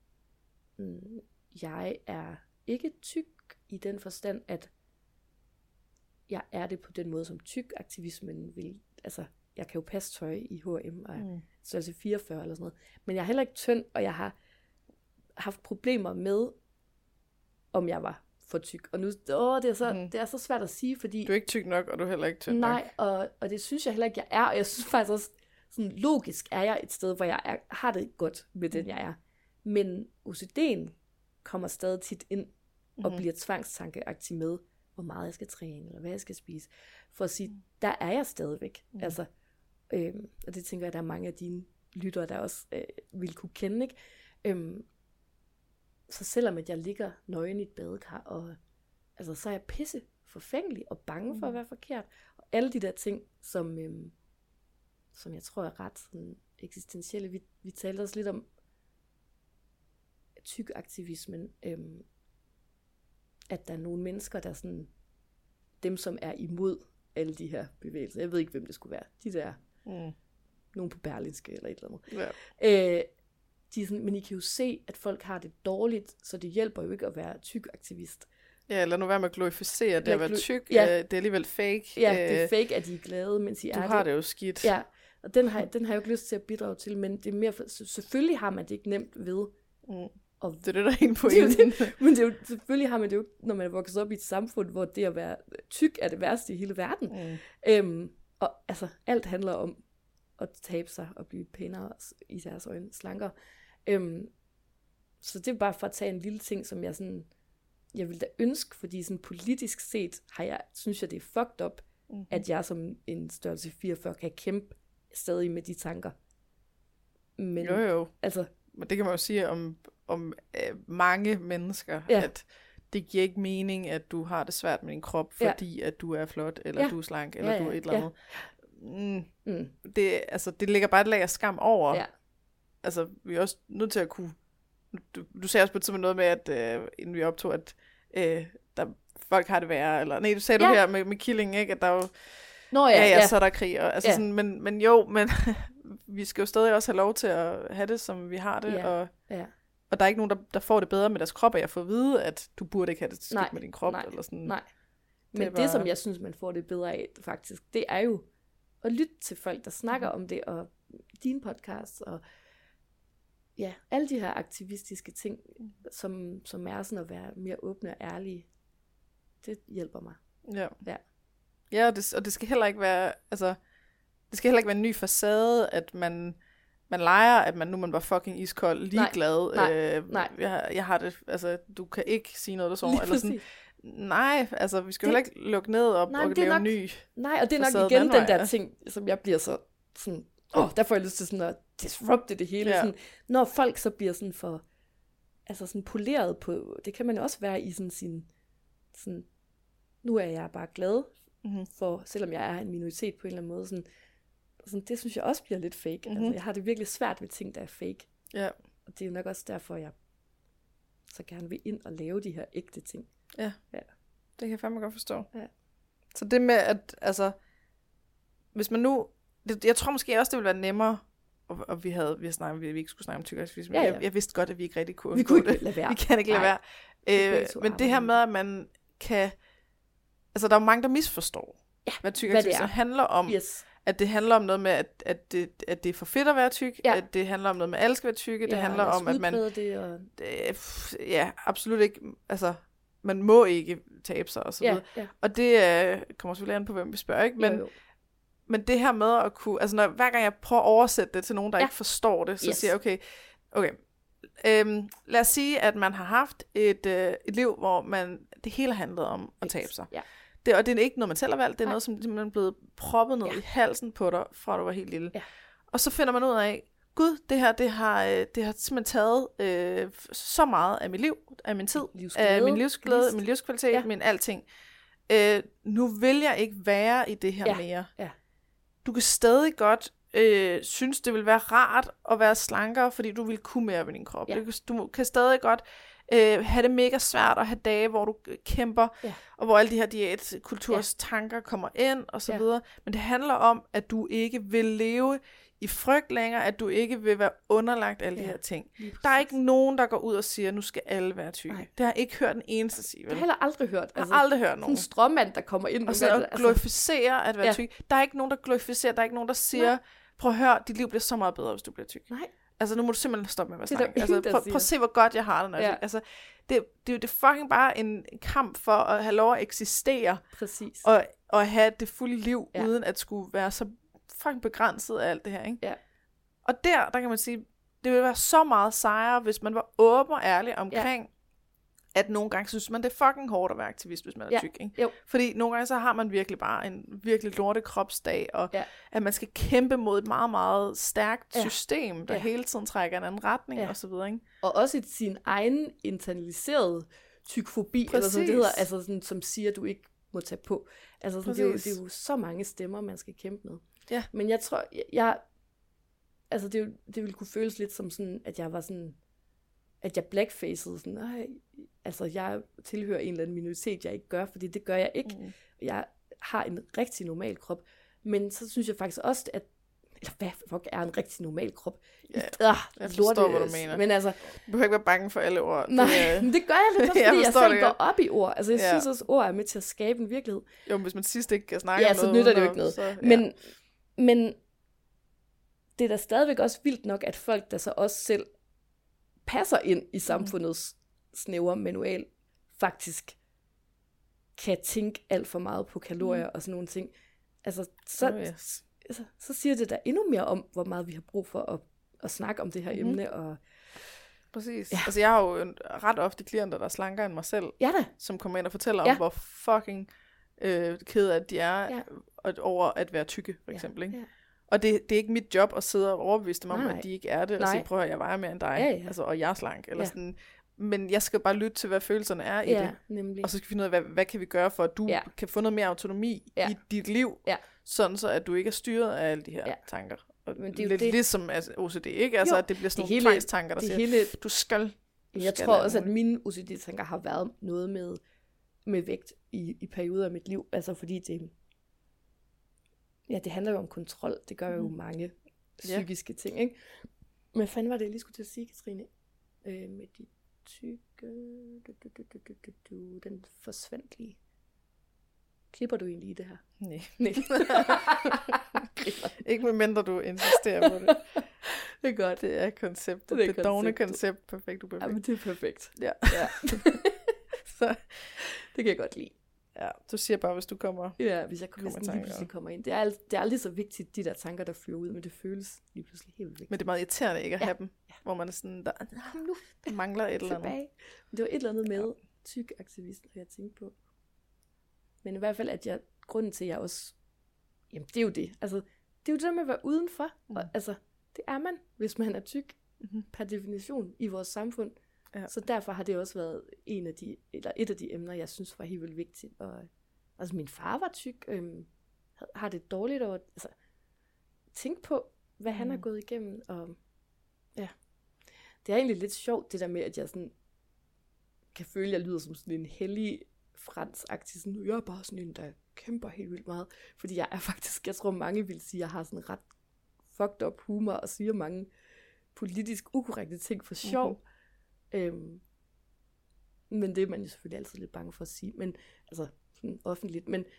Speaker 2: mm, jeg er ikke tyk i den forstand, at jeg er det på den måde, som tyk-aktivismen vil. Altså, jeg kan jo passe tøj i H og M, og mm. størrelse fireogfyrre eller sådan noget. Men jeg er heller ikke tynd, og jeg har haft problemer med, om jeg var for tyk. Og nu, åh, det er så, mm. det er så svært at sige, fordi...
Speaker 1: Du er ikke tyk nok, og du er heller ikke tynd
Speaker 2: nej,
Speaker 1: nok.
Speaker 2: Nej, og, og det synes jeg heller ikke, jeg er. Og jeg synes faktisk også, sådan logisk er jeg et sted, hvor jeg er, har det godt med den, jeg er. Men O C D'en kommer stadig tit ind, og mm. bliver tvangstankeagtig med, hvor meget jeg skal træne, eller hvad jeg skal spise. For at sige, der er jeg stadigvæk. Mm. Altså, øhm, og det tænker jeg, der er mange af dine lyttere, der også øh, vil kunne kende, ikke? Øhm, så selvom at jeg ligger nøgen i et badekar, og altså, så er jeg pisse forfængelig og bange for at være forkert. Og alle de der ting, som, øhm, som jeg tror er ret sådan, eksistentielle. Vi, vi talte også lidt om tyk-aktivismen. Øhm, at der er nogle mennesker, der sådan, dem som er imod alle de her bevægelser. Jeg ved ikke, hvem det skulle være. De der, mm. nogen på Berlingske eller et eller andet. Ja. Øh, de er sådan, men I kan jo se, at folk har det dårligt, så det hjælper jo ikke at være tyk-aktivist.
Speaker 1: Ja, eller nu være med at glorificere det at være tyk.
Speaker 2: Ja.
Speaker 1: Det er alligevel fake.
Speaker 2: Ja, det er fake, at de er glade, mens de
Speaker 1: du
Speaker 2: er det.
Speaker 1: Du har det jo skidt.
Speaker 2: Ja, og den har, den har jeg jo ikke lyst til at bidrage til, men det er mere for, selvfølgelig har man det ikke nemt ved.
Speaker 1: Mm. Og det er det, der er en pointe.
Speaker 2: Men det er jo, selvfølgelig har man det jo, når man er vokset op i et samfund, hvor det at være tyk er det værste i hele verden. Mm. Øhm, og altså, alt handler om at tabe sig og blive pænere i deres øjne, slankere. Øhm, så det er bare for at tage en lille ting, som jeg sådan, jeg vil da ønske, fordi sådan politisk set, har jeg, synes jeg, det er fucked up, mm-hmm. at jeg som en størrelse fireogfyrre kan kæmpe stadig med de tanker. Men,
Speaker 1: jo jo,
Speaker 2: altså,
Speaker 1: men det kan man jo sige om, om øh, mange mennesker, ja. At det giver ikke mening, at du har det svært med din krop, fordi ja. At du er flot, eller ja. Du er slank, eller ja, ja. Du er et eller andet. Ja. Mm. Mm. Det, altså, det ligger bare et lag af skam over. Ja. Altså, vi er også nødt til at kunne... Du, du sagde også på et tidspunkt noget med, at øh, inden vi optog, at øh, der, folk har det værre, eller... Nej, du sagde ja. Du her med, med killing, ikke? At der jo...
Speaker 2: Nå ja,
Speaker 1: ja, ja,
Speaker 2: ja.
Speaker 1: Så er der krig. Og, altså, ja. Sådan, men, men jo, men vi skal jo stadig også have lov til at have det, som vi har det,
Speaker 2: ja.
Speaker 1: og...
Speaker 2: Ja.
Speaker 1: Og der er ikke nogen, der, der får det bedre med deres krop, og jeg får at vide, at du burde ikke have det skidt
Speaker 2: nej,
Speaker 1: med din krop.
Speaker 2: Nej,
Speaker 1: eller sådan.
Speaker 2: Nej, men det, bare... det, som jeg synes, man får det bedre af, faktisk, det er jo at lytte til folk, der snakker om det, og dine podcasts, og ja, alle de her aktivistiske ting, som, som er sådan at være mere åbne og ærlige, det hjælper mig.
Speaker 1: Ja,
Speaker 2: ja.
Speaker 1: ja og, det, og det skal heller ikke være, altså, det skal heller ikke være en ny facade, at man... Man leger, at man nu man var fucking iskold, ligeglad.
Speaker 2: Nej,
Speaker 1: øh,
Speaker 2: nej.
Speaker 1: Jeg, jeg har det, altså, du kan ikke sige noget, der sådan. Eller sådan. Nej, altså, vi skal jo heller ikke lukke ned og,
Speaker 2: nej,
Speaker 1: og lave
Speaker 2: nok,
Speaker 1: ny.
Speaker 2: Nej, og det er nok igen den der ting, som jeg bliver så sådan, åh, oh, der får jeg lyst til sådan at disrupte det hele. Ja. Sådan, når folk så bliver sådan for, altså sådan poleret på, det kan man jo også være i sådan sin, sådan, nu er jeg bare glad mm-hmm. for, selvom jeg er en minoritet på en eller anden måde, sådan, sådan, det synes jeg også bliver lidt fake. Mm-hmm. Altså, jeg har det virkelig svært ved ting, der er fake.
Speaker 1: Ja.
Speaker 2: Og det er jo nok også derfor, jeg så gerne vil ind og lave de her ægte ting.
Speaker 1: Ja,
Speaker 2: ja.
Speaker 1: Det kan jeg fandme godt forstå.
Speaker 2: Ja.
Speaker 1: Så det med, at altså, hvis man nu, det, jeg tror måske også, det ville være nemmere, og, og vi havde, vi havde snakket, vi, vi ikke skulle snakke om tykkaktivisme, ja, ja. Jeg, jeg vidste godt, at vi ikke rigtig kunne
Speaker 2: vi kunne ikke lade være.
Speaker 1: Vi kan ikke lade Nej. være. Øh, men det her med, at man kan, altså der er jo mange, der misforstår,
Speaker 2: ja,
Speaker 1: hvad tykkaktivisme handler om.
Speaker 2: Yes.
Speaker 1: At det handler om noget med, at, at, det, at det er for fedt at være tyk. Ja. At det handler om noget med, at alle skal være tykke. Det
Speaker 2: ja,
Speaker 1: handler om, at man...
Speaker 2: Det og...
Speaker 1: det, pff, ja, absolut ikke. Altså, man må ikke tabe sig og så videre.
Speaker 2: Ja, ja.
Speaker 1: Og det øh, kommer selvfølgelig an på, hvem vi spørger, ikke? Men,
Speaker 2: jo, jo.
Speaker 1: men det her med at kunne... Altså, når, hver gang jeg prøver at oversætte det til nogen, der ja. Ikke forstår det, så yes. siger jeg, okay, okay. Øhm, lad os sige, at man har haft et, øh, et liv, hvor man det hele handlede om at tabe sig.
Speaker 2: Ja.
Speaker 1: Det, og det er ikke noget, man selv har valgt. Det er Nej. Noget, som simpelthen er blevet proppet ned ja. I halsen på dig, fra du var helt lille.
Speaker 2: Ja.
Speaker 1: Og så finder man ud af, gud, det her, det har, det har simpelthen taget øh, så meget af mit liv, af min tid,
Speaker 2: livsglæde,
Speaker 1: af min livsglæde, min livskvalitet, ja. Min alting. Øh, nu vil jeg ikke være i det her
Speaker 2: ja.
Speaker 1: Mere.
Speaker 2: Ja.
Speaker 1: Du kan stadig godt øh, synes, det vil være rart at være slankere, fordi du vil kunne mere ved din krop. Ja. Du kan stadig godt øh, have det mega svært at have dage, hvor du kæmper,
Speaker 2: ja.
Speaker 1: Og hvor alle de her diætkulturs ja. Tanker kommer ind, og så ja. Videre. Men det handler om, at du ikke vil leve i frygt længere, at du ikke vil være underlagt alle ja. De her ting. Der er ikke nogen, der går ud og siger, nu skal alle være tykke. Nej. Det har jeg ikke hørt en eneste sige. Vel?
Speaker 2: Det har jeg heller aldrig hørt.
Speaker 1: Jeg har altså, aldrig hørt nogen.
Speaker 2: En stråmand, der kommer ind
Speaker 1: og så altså, glorificerer at være ja. Tyk. Der er ikke nogen, der glorificerer, der er ikke nogen, der siger, Nej. Prøv at høre, dit liv bliver så meget bedre, hvis du bliver tyk.
Speaker 2: Nej.
Speaker 1: Altså, nu må du simpelthen stoppe med at være
Speaker 2: slank.
Speaker 1: Altså, prøv, prøv at se, hvor godt jeg har det, når ja. Jeg altså, det, det er jo det fucking bare en kamp for at have lov at eksistere.
Speaker 2: Præcis.
Speaker 1: Og, og have det fulde liv,
Speaker 2: ja.
Speaker 1: Uden at skulle være så fucking begrænset af alt det her, ikke?
Speaker 2: Ja.
Speaker 1: Og der, der kan man sige, det ville være så meget sejere, hvis man var åben og ærlig omkring, ja. At nogle gange synes man, det er fucking hårdt at være aktivist, hvis man er
Speaker 2: ja.
Speaker 1: Tyk, ikke?
Speaker 2: Jo.
Speaker 1: Fordi nogle gange så har man virkelig bare en virkelig lorte kropsdag, og
Speaker 2: ja.
Speaker 1: At man skal kæmpe mod et meget, meget stærkt
Speaker 2: ja.
Speaker 1: System, der
Speaker 2: ja.
Speaker 1: Hele tiden trækker en anden retning,
Speaker 2: ja.
Speaker 1: og så videre, ikke?
Speaker 2: Og også sin egen internaliserede tykfobi, eller sådan det hedder, altså sådan, som siger, at du ikke må tage på. Altså sådan, det, er jo, det er jo så mange stemmer, man skal kæmpe med.
Speaker 1: Ja.
Speaker 2: Men jeg tror, jeg, jeg altså det, det ville kunne føles lidt som sådan, at jeg var sådan, at jeg blackfacede sådan, nej, altså jeg tilhører en eller anden minoritet, jeg ikke gør, fordi det gør jeg ikke. Mm. Jeg har en rigtig normal krop. Men så synes jeg faktisk også, at eller hvad fuck er en rigtig normal krop?
Speaker 1: Ja,
Speaker 2: ah,
Speaker 1: jeg forstår,
Speaker 2: lorte,
Speaker 1: hvad du mener.
Speaker 2: Men altså,
Speaker 1: du behøver ikke være bange for alle ord.
Speaker 2: Nej, det, men det gør jeg lidt også, fordi jeg, jeg selv
Speaker 1: det,
Speaker 2: går op i ord. Altså, jeg
Speaker 1: ja.
Speaker 2: synes også, ord er med til at skabe en virkelighed.
Speaker 1: Jo, hvis man sidst ikke kan snakke
Speaker 2: ja,
Speaker 1: om noget.
Speaker 2: Ja, så nytter det jo ikke noget.
Speaker 1: Så, ja.
Speaker 2: men, men det er da stadigvæk også vildt nok, at folk, der så også selv passer ind i samfundets mm. snævre manual, faktisk kan tænke alt for meget på kalorier mm. og sådan nogle ting. Altså, så,
Speaker 1: oh, yes.
Speaker 2: altså, så siger det da endnu mere om, hvor meget vi har brug for at, at snakke om det her mm-hmm. emne. Og,
Speaker 1: præcis. Ja. Altså, jeg har jo ret ofte klienter, der er slankere end mig selv,
Speaker 2: ja da.
Speaker 1: som kommer ind og fortæller
Speaker 2: ja.
Speaker 1: om, hvor fucking øh, ked af de er
Speaker 2: ja.
Speaker 1: over at være tykke, for eksempel.
Speaker 2: Ja.
Speaker 1: Ikke?
Speaker 2: Ja.
Speaker 1: Og det, det er ikke mit job at sidde og overbevise dem om,
Speaker 2: Nej.
Speaker 1: at de ikke er det,
Speaker 2: Nej.
Speaker 1: og sige, prøv at jeg vejer mere end dig,
Speaker 2: ja, ja.
Speaker 1: Altså, og jeg er slank. Eller
Speaker 2: ja.
Speaker 1: sådan. Men jeg skal bare lytte til, hvad følelserne er i
Speaker 2: ja,
Speaker 1: det.
Speaker 2: Nemlig.
Speaker 1: Og så skal vi finde ud af, hvad, hvad kan vi gøre, for at du
Speaker 2: ja.
Speaker 1: kan få noget mere autonomi
Speaker 2: ja.
Speaker 1: i dit liv,
Speaker 2: ja.
Speaker 1: sådan så, at du ikke er styret af alle de her
Speaker 2: ja.
Speaker 1: tanker. Og
Speaker 2: men det er
Speaker 1: lidt
Speaker 2: det.
Speaker 1: ligesom altså, O C D, ikke? Altså,
Speaker 2: jo,
Speaker 1: at det bliver sådan
Speaker 2: det
Speaker 1: nogle
Speaker 2: hele,
Speaker 1: tvangstanker, der
Speaker 2: det
Speaker 1: siger,
Speaker 2: hele,
Speaker 1: du skal... Du
Speaker 2: jeg
Speaker 1: skal
Speaker 2: tror også, at mine O C D-tanker har været noget med, med vægt i, i perioder af mit liv. Altså fordi det... Ja, det handler jo om kontrol. Det gør jo mm. mange psykiske ja. ting, ikke? Men fanden var det, jeg lige skulle til at sige, Katrine? Øh, med de tykke... Du, du, du, du, du, du. Den forsvandt lige. Klipper du egentlig i det her?
Speaker 1: Nej.
Speaker 2: Nej.
Speaker 1: Ikke medmindre du insisterer på det.
Speaker 2: Det er godt.
Speaker 1: Det er konceptet.
Speaker 2: Det er
Speaker 1: det dogne koncept. Perfekt, uperfekt.
Speaker 2: Ja, men det er perfekt.
Speaker 1: Ja.
Speaker 2: ja. Så det kan jeg godt lide.
Speaker 1: Ja, du siger bare, hvis du kommer...
Speaker 2: Ja, hvis jeg kommer, lige pludselig kommer ind. Det er, det er aldrig så vigtigt, de der tanker, der flyver ud, men det føles lige pludselig helt vigtigt.
Speaker 1: Men det er meget irriterende ikke at
Speaker 2: ja.
Speaker 1: have dem, ja. hvor man er sådan, der, nu, der mangler et eller andet.
Speaker 2: Men det var et eller andet med ja. tyk aktivisten, jeg tænkte på. Men i hvert fald, at jeg, grunden til, at jeg også, jamen det er jo det, altså, det er jo det der med at være udenfor, mm. og, altså, det er man, hvis man er tyk, mm-hmm. per definition, i vores samfund. Ja. Så derfor har det også været en af de, eller et af de emner, jeg synes var helt vildt vigtigt. Og, altså min far var tyk, øhm, har det dårligt over, altså tænk på, hvad mm. han har gået igennem, og ja, det er egentlig lidt sjovt, det der med, at jeg sådan kan føle, at jeg lyder som sådan en hellig Frans-agtig, sådan, jeg er bare sådan en, der kæmper helt vildt meget, fordi jeg er faktisk, jeg tror mange vil sige, at jeg har sådan ret fucked up humor, og siger mange politisk ukorrekte ting for sjov. Mm-hmm. Øhm, men det er man jo selvfølgelig altid lidt bange for at sige, men altså sådan offentligt, men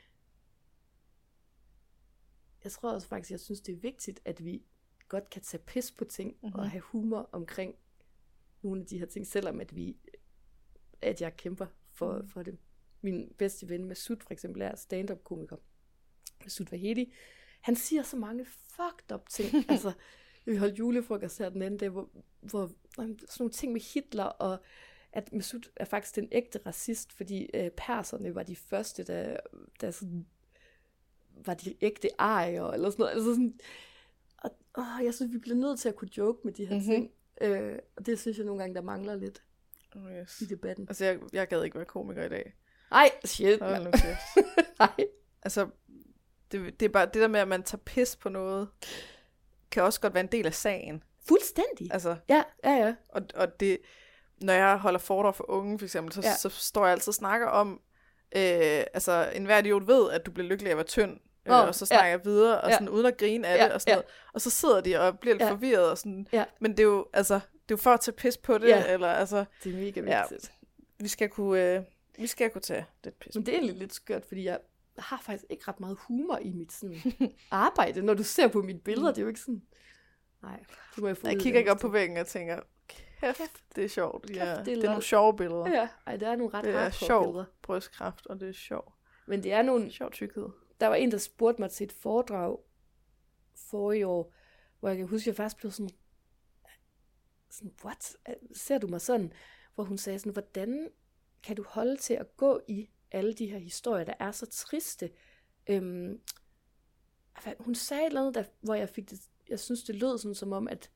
Speaker 2: jeg tror også faktisk, jeg synes det er vigtigt, at vi godt kan tage pis på ting, mm-hmm. og have humor omkring nogle af de her ting, selvom at vi at jeg kæmper for, mm. for det. Min bedste ven Masud for eksempel er stand-up komiker, Masud Vahedi. Han siger så mange fucked up ting, altså vi holdt julefrokost her den anden dag, hvor, hvor sådan nogle ting med Hitler, og at Masud er faktisk den ægte racist, fordi øh, perserne var de første, der, der sådan, var de ægte arier, eller sådan noget. Altså sådan, og, åh, jeg synes, vi bliver nødt til at kunne joke med de her mm-hmm. ting. Øh, og det synes jeg nogle gange, der mangler lidt
Speaker 1: oh, yes.
Speaker 2: i debatten.
Speaker 1: Altså, jeg, jeg gad ikke være komiker i dag.
Speaker 2: Ej, shit.
Speaker 1: Hold nu kæft.
Speaker 2: Nej.
Speaker 1: Altså, det, det er bare det der med, at man tager pis på noget, kan også godt være en del af sagen.
Speaker 2: Fuldstændig.
Speaker 1: Altså,
Speaker 2: ja, ja, ja.
Speaker 1: Og, og det, når jeg holder foredrag for unge, for eksempel, så, ja. så står jeg altid og snakker om, øh, altså, enhver idiot ved, at du bliver lykkelig af at være tynd, øh, oh, og så snakker ja. jeg videre, og sådan, ja. uden at grine af ja. det, og sådan ja. noget. Og så sidder de og bliver lidt ja. forvirret, og sådan, ja. men det er jo, altså, det er jo for at tage pis på det, ja. eller, altså.
Speaker 2: Det er mega vigtigt.
Speaker 1: Ja, vi skal kunne, øh, vi skal kunne tage lidt pis.
Speaker 2: Men det er egentlig lidt skørt, fordi jeg har faktisk ikke ret meget humor i mit sådan arbejde, når du ser på mine billeder, det er jo ikke sådan, nej, det må jeg få
Speaker 1: Jeg kigger ikke op på væggen og tænker, kæft, kæft. det er sjovt. Kæft, ja, det, er det er nogle sjove billeder.
Speaker 2: Ja, ej, det er nogle ret
Speaker 1: hardcore
Speaker 2: billeder.
Speaker 1: Det er sjov brystkræft, og det er sjov.
Speaker 2: Men det er nogle...
Speaker 1: Sjov tykkhed.
Speaker 2: Der var en, der spurgte mig til et foredrag forrige år, hvor jeg kan huske, at jeg faktisk blev sådan, sådan, what? Ser du mig sådan? Hvor hun sagde sådan, hvordan kan du holde til at gå i alle de her historier, der er så triste? Øhm, hun sagde et eller andet, der, hvor jeg fik det, jeg synes, det lød sådan, som om, at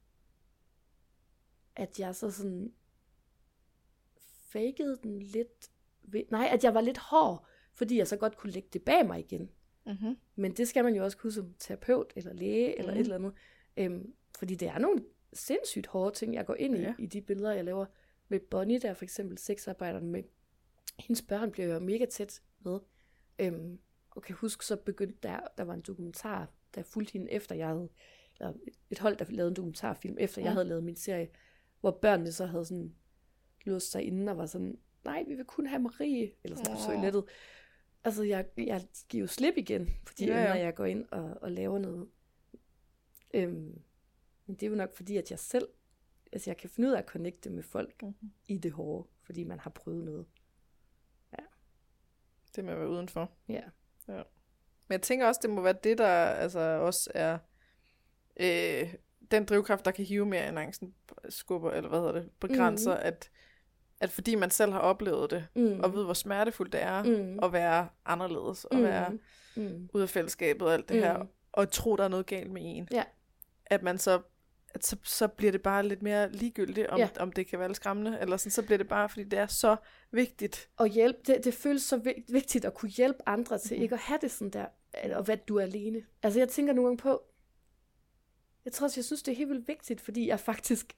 Speaker 2: at jeg så sådan fakede den lidt ved, nej, at jeg var lidt hård, fordi jeg så godt kunne lægge det bag mig igen. Mm-hmm. Men det skal man jo også kunne som terapeut, eller læge, mm-hmm. eller et eller andet. Øhm, fordi det er nogle sindssygt hårde ting, jeg går ind ja. i, i de billeder, jeg laver med Bonnie, der for eksempel sexarbejderen med. Hendes børn bliver jo mega tæt med. Øhm, og kan huske, så begyndte der, der var en dokumentar da jeg fulgte hende efter jeg havde, eller et hold, der lavede en dokumentarfilm, efter ja. jeg havde lavet min serie, hvor børnene så havde sådan låst sig inden og var sådan, nej, vi vil kun have Marie, eller sådan på toilettet. Altså, jeg, jeg giver jo slip igen, fordi ja, ja. når jeg går ind og, og laver noget. Øhm, men det er jo nok fordi, at jeg selv, altså jeg kan finde ud af at connecte med folk mm-hmm. i det hårde, fordi man har prøvet noget. Ja.
Speaker 1: Det med at være udenfor.
Speaker 2: Ja.
Speaker 1: ja. Men jeg tænker også, det må være det, der altså også er øh, den drivkraft, der kan hive mere end angsten skubber, eller hvad hedder det, begrænser, mm-hmm. at, at fordi man selv har oplevet det, mm. og ved, hvor smertefuldt det er mm. at være anderledes, og mm. være mm. ude af fællesskabet og alt det mm. her, og tro, der er noget galt med en.
Speaker 2: Ja.
Speaker 1: At man så, at så, så bliver det bare lidt mere ligegyldigt, om, ja. om det kan være lidt skræmmende, eller sådan, så bliver det bare, fordi det er så vigtigt.
Speaker 2: Og hjælp, det, det føles så vigtigt at kunne hjælpe andre til mm. ikke at have det sådan der, og hvad du er alene. Altså jeg tænker nogle gange på, jeg tror også, jeg synes, det er helt vildt vigtigt, fordi jeg faktisk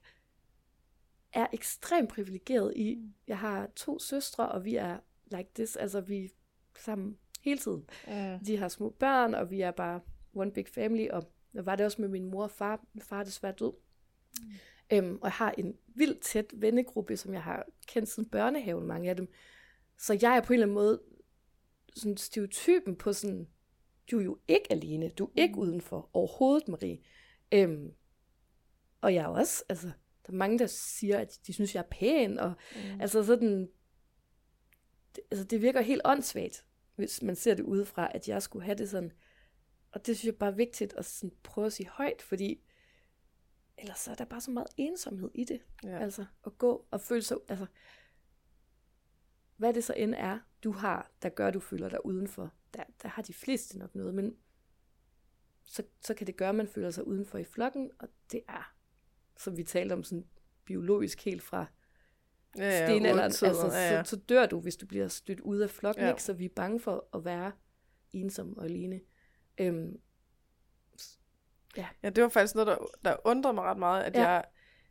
Speaker 2: er ekstremt privilegeret i, mm. jeg har to søstre, og vi er like this, altså vi er sammen hele tiden. Mm. De har små børn, og vi er bare one big family, og der var det også med min mor og far. Min far er desværre død. Mm. Øhm, og jeg har en vildt tæt vennegruppe, som jeg har kendt siden børnehaven, mange af dem. Så jeg er på en eller anden måde sådan stereotypen på sådan, du er jo ikke alene, du er ikke mm. udenfor overhovedet, Marie. Øhm, og jeg er også, altså, der er mange, der siger, at de synes, jeg er pæn, og mm. altså sådan, det, altså det virker helt åndssvagt, hvis man ser det udefra, at jeg skulle have det sådan. Og det synes jeg bare er vigtigt at sådan prøve at sige højt, fordi ellers så er der bare så meget ensomhed i det. Ja. Altså at gå og føle sig, altså hvad det så end er, du har, der gør, du føler dig udenfor. Der, der har de fleste nok noget, men så, så kan det gøre, at man føler sig udenfor i flokken, og det er, som vi talte om, sådan biologisk helt fra ja, ja, stenalderen. Altså, ja, ja. Så, så dør du, hvis du bliver stødt ud af flokken, ja. Ikke? Så vi er bange for at være ensom og alene. Øhm,
Speaker 1: ja. ja, det var faktisk noget, der, der undrede mig ret meget, at ja. jeg,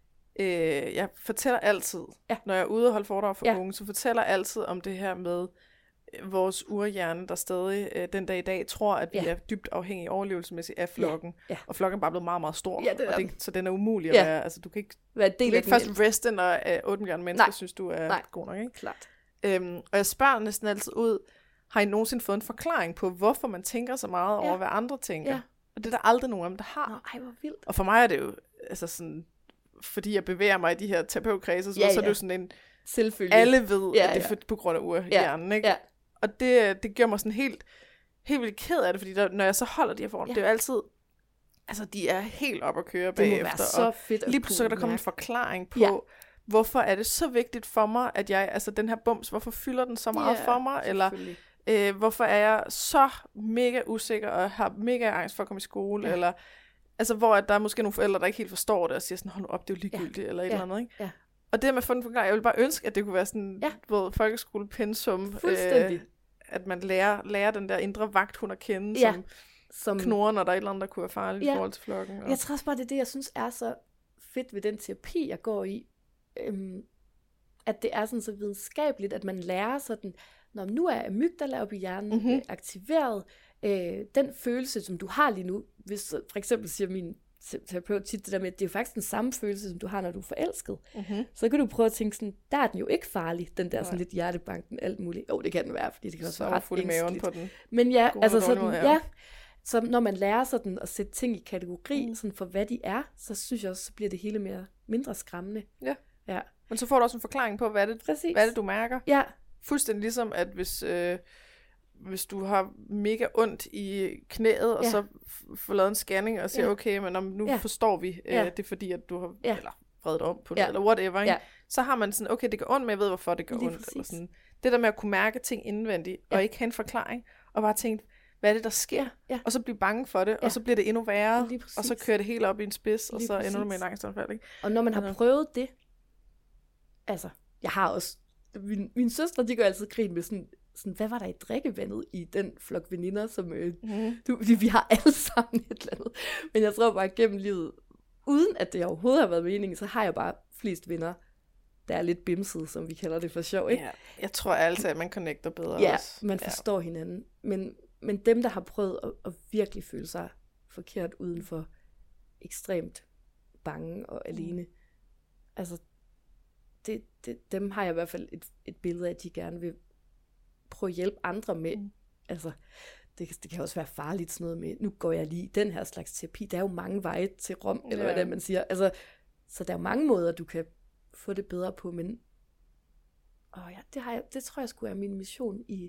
Speaker 1: øh, jeg fortæller altid, ja. når jeg er ude og holde foredrag for ja. unge, så fortæller jeg altid om det her med øh, vores urhjerne, der stadig øh, den dag i dag tror, at vi ja. er dybt afhængige overlevelsesmæssigt af flokken, ja. Ja. og flokken er bare blevet meget, meget stor, ja, det og det, så den er umulig at ja. være, altså du kan ikke,
Speaker 2: Hvad
Speaker 1: du kan ikke først reste, når øh, otte millioner mennesker Nej. synes, du er
Speaker 2: Nej.
Speaker 1: god nok, ikke?
Speaker 2: Klart.
Speaker 1: Øhm, og jeg spørger næsten altid ud, har I nogensinde fået en forklaring på, hvorfor man tænker så meget over, ja. hvad andre tænker? Ja. Og det er der aldrig nogen af dem, der har.
Speaker 2: Nå, ej, hvor vildt.
Speaker 1: Og for mig er det jo, altså sådan, fordi jeg bevæger mig i de her terapeutkredse, så, ja, ja. så er det jo sådan en,
Speaker 2: selvfølgelig.
Speaker 1: Alle ved,
Speaker 2: ja,
Speaker 1: at det er
Speaker 2: ja.
Speaker 1: på grund af urhjernen, ja. ikke?
Speaker 2: Ja.
Speaker 1: Og det, det gør mig sådan helt, helt vildt ked af det, fordi der, når jeg så holder de her forhold, ja. det er jo altid, altså de er helt op at køre bagefter.
Speaker 2: Det må være så fedt at
Speaker 1: lige pludselig der kommer en forklaring på, ja. hvorfor er det så vigtigt for mig, at jeg, altså den her bums, hvorfor fylder den så meget ja, for mig, eller Øh, hvorfor er jeg så mega usikker og har mega angst for at komme i skole, ja. eller altså hvor at der er måske nogle forældre, der ikke helt forstår det og siger sådan, hold nu op, det er jo ligegyldigt, ja. eller et ja. eller andet, ikke?
Speaker 2: Ja.
Speaker 1: Og det med at få den forklaring, jeg vil bare ønske, at det kunne være sådan, ja. både folkeskolepensum, øh, at man lærer, lærer den der indre vagthund at kende, ja. som, som knurrer, når der er et eller andet, der kunne være farligt ja. i forhold til flokken. Og...
Speaker 2: Jeg tror også bare, det er det, jeg synes er så fedt ved den terapi, jeg går i, øhm, at det er sådan så videnskabeligt, at man lærer sådan, når nu er amygdala oppe i hjernen mm-hmm. aktiveret, øh, den følelse, som du har lige nu, hvis for eksempel siger min terapeut tit det der med, at det er jo faktisk den samme følelse, som du har, når du er forelsket, mm-hmm. så kan du prøve at tænke sådan, der er den jo ikke farlig, den der sådan lidt hjertebanken, alt muligt. Jo, det kan den være, fordi det kan også være ret ængstligt. På den. Men ja, altså sådan, måde, ja. ja, så når man lærer sådan at sætte ting i kategori, mm. sådan for hvad de er, så synes jeg også, så bliver det hele mere mindre skræmmende.
Speaker 1: Ja.
Speaker 2: ja.
Speaker 1: Men så får du også en forklaring på, hvad det, hvad det du mærker.
Speaker 2: Ja.
Speaker 1: Fuldstændig ligesom, at hvis, øh, hvis du har mega ondt i knæet, og ja. så f- får lavet en scanning, og siger, ja. okay, men om, nu ja. forstår vi, øh, ja. det er fordi, at du har ja. eller, vredet om på det, ja. eller whatever, ikke? Ja. Så har man sådan, okay, det gør ondt, men jeg ved, hvorfor det gør Lige ondt. Eller sådan. Det der med at kunne mærke ting indvendigt, ja. og ikke have en forklaring, og bare tænke, hvad er det, der sker? Ja. Og så blive bange for det, ja. og så bliver det endnu værre, og så kører det helt op i en spids, Lige og så ender du med en angstanfald, ikke?
Speaker 2: Og når man har altså. prøvet det, altså, jeg har også Min, mine søstre, de går altid grin med sådan, sådan, hvad var der i drikkevandet i den flok veninder, som øh, mm. du, vi har alle sammen et eller andet. Men jeg tror bare, gennem livet, uden at det overhovedet har været meningen, så har jeg bare flest venner, der er lidt bimsede, som vi kalder det for sjov, ikke?
Speaker 1: Ja, jeg tror altid, at man connecter bedre
Speaker 2: ja,
Speaker 1: også.
Speaker 2: man forstår ja. hinanden. Men, men dem, der har prøvet at, at virkelig føle sig forkert uden for ekstremt bange og alene. Mm. Altså, det, det, dem har jeg i hvert fald et, et billede af, at de gerne vil prøve at hjælpe andre med. Mm. Altså, det, det kan også være farligt sådan noget med, nu går jeg lige i den her slags terapi. Der er jo mange veje til Rom, ja. Eller hvad det er, man siger. Altså, så der er mange måder, du kan få det bedre på, men åh ja, det, har jeg, det tror jeg skulle er min mission i,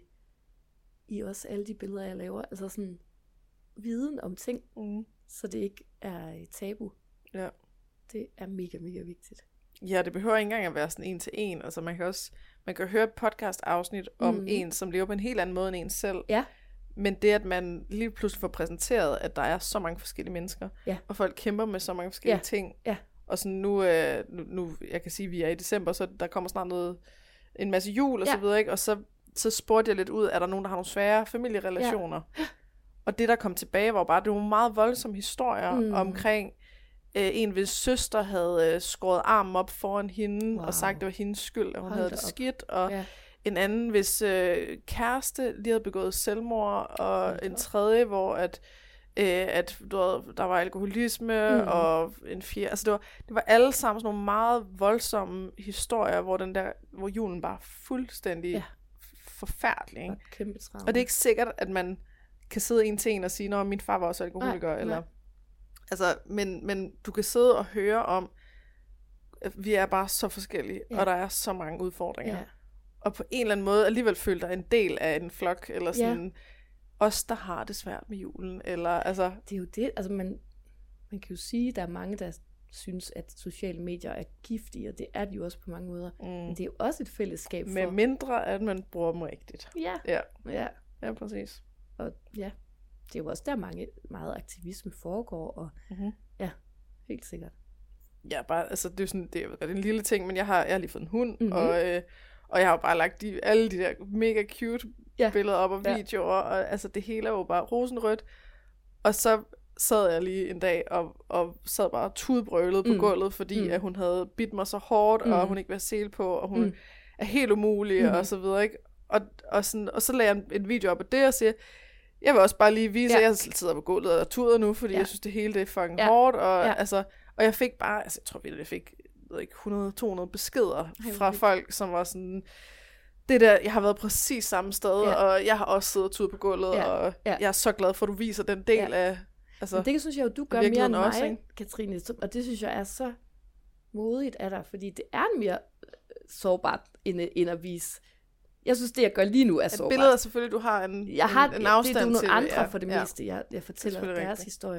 Speaker 2: i også alle de billeder, jeg laver. Altså sådan viden om ting, mm. så det ikke er et tabu.
Speaker 1: Ja.
Speaker 2: Det er mega, mega vigtigt.
Speaker 1: Ja, det behøver ikke engang at være sådan en til en. Altså man kan også, man kan høre et podcast-afsnit om mm. en, som lever på en helt anden måde end en selv.
Speaker 2: Ja.
Speaker 1: Men det, at man lige pludselig får præsenteret, at der er så mange forskellige mennesker,
Speaker 2: ja.
Speaker 1: Og folk kæmper med så mange forskellige
Speaker 2: ja.
Speaker 1: ting.
Speaker 2: Ja.
Speaker 1: Og sådan nu, øh, nu, nu, jeg kan sige, at vi er i december, så der kommer snart noget, en masse jul og ja. Så videre, ikke? Og så, så spurgte jeg lidt ud, er der nogen, der har nogle svære familierelationer? Ja. Og det, der kom tilbage, var bare, det var meget voldsomme historier mm. omkring øh, en, hvis søster havde øh, skåret armen op foran hende, wow. og sagt, det var hendes skyld, at hun Hold havde det op. skidt, og ja. En anden, hvis øh, kæreste lige havde begået selvmord, og Hold en op. tredje, hvor at, øh, at du ved, der var alkoholisme, mm. og en fjerde, altså det var, det var alle sammen sådan nogle meget voldsomme historier, hvor, den der, hvor julen bare fuldstændig ja. forfærdelig. Ikke?
Speaker 2: Kæmpe
Speaker 1: og det er ikke sikkert, at man kan sidde en til en og sige, at min far var også alkoholiker, nej, eller... Nej. Altså, men, men du kan sidde og høre om, at vi er bare så forskellige, ja. Og der er så mange udfordringer. Ja. Og på en eller anden måde alligevel føler dig en del af en flok, eller sådan, ja. Os, der har det svært med julen, eller altså...
Speaker 2: Det er jo det, altså man, man kan jo sige, at der er mange, der synes, at sociale medier er giftige, og det er de jo også på mange måder. Mm. Men det er jo også et fællesskab for...
Speaker 1: Med mindre, at man bruger dem rigtigt.
Speaker 2: Ja.
Speaker 1: Ja,
Speaker 2: ja.
Speaker 1: ja præcis.
Speaker 2: Og ja, det er jo også der mange, meget aktivisme foregår, og mm-hmm. ja, helt sikkert.
Speaker 1: Ja, bare, altså det er sådan, det er en lille ting, men jeg har, jeg har lige fået en hund, mm-hmm. og, øh, og jeg har jo bare lagt de, alle de der mega cute ja. billeder op og videoer, ja. Og altså det hele er jo bare rosenrødt. Og så sad jeg lige en dag og, og sad bare tudbrølet på mm. gulvet, fordi mm. at hun havde bidt mig så hårdt, mm. og hun ikke var sel på, og hun mm. er helt umulig, mm. og så videre, ikke? Og, og, sådan, og så lagde jeg en, en video op af det og siger, jeg vil også bare lige vise, ja. at jeg sidder på gulvet og tuder nu, fordi ja. jeg synes, det hele det er fucking ja. hårdt. Og, ja. altså, og jeg fik bare, altså jeg tror virkelig, jeg fik ved ikke, hundrede til to hundrede beskeder fra folk, som var sådan, det der, jeg har været præcis samme sted, ja. og jeg har også siddet og tudet på gulvet, ja. og ja. jeg er så glad for, at du viser den del ja. af, altså... Men
Speaker 2: det synes jeg jo, du gør mere end mig, også, Katrine, og det synes jeg er så modigt af dig, fordi det er mere sårbart, end, end at vise... Jeg synes, det jeg gør lige nu er sårbart.
Speaker 1: Billedet er selvfølgelig, du har en,
Speaker 2: jeg har,
Speaker 1: en, en afstand til.
Speaker 2: Det er nogle andre
Speaker 1: ja,
Speaker 2: for det
Speaker 1: ja.
Speaker 2: meste, jeg, jeg fortæller deres
Speaker 1: rigtigt.
Speaker 2: historie.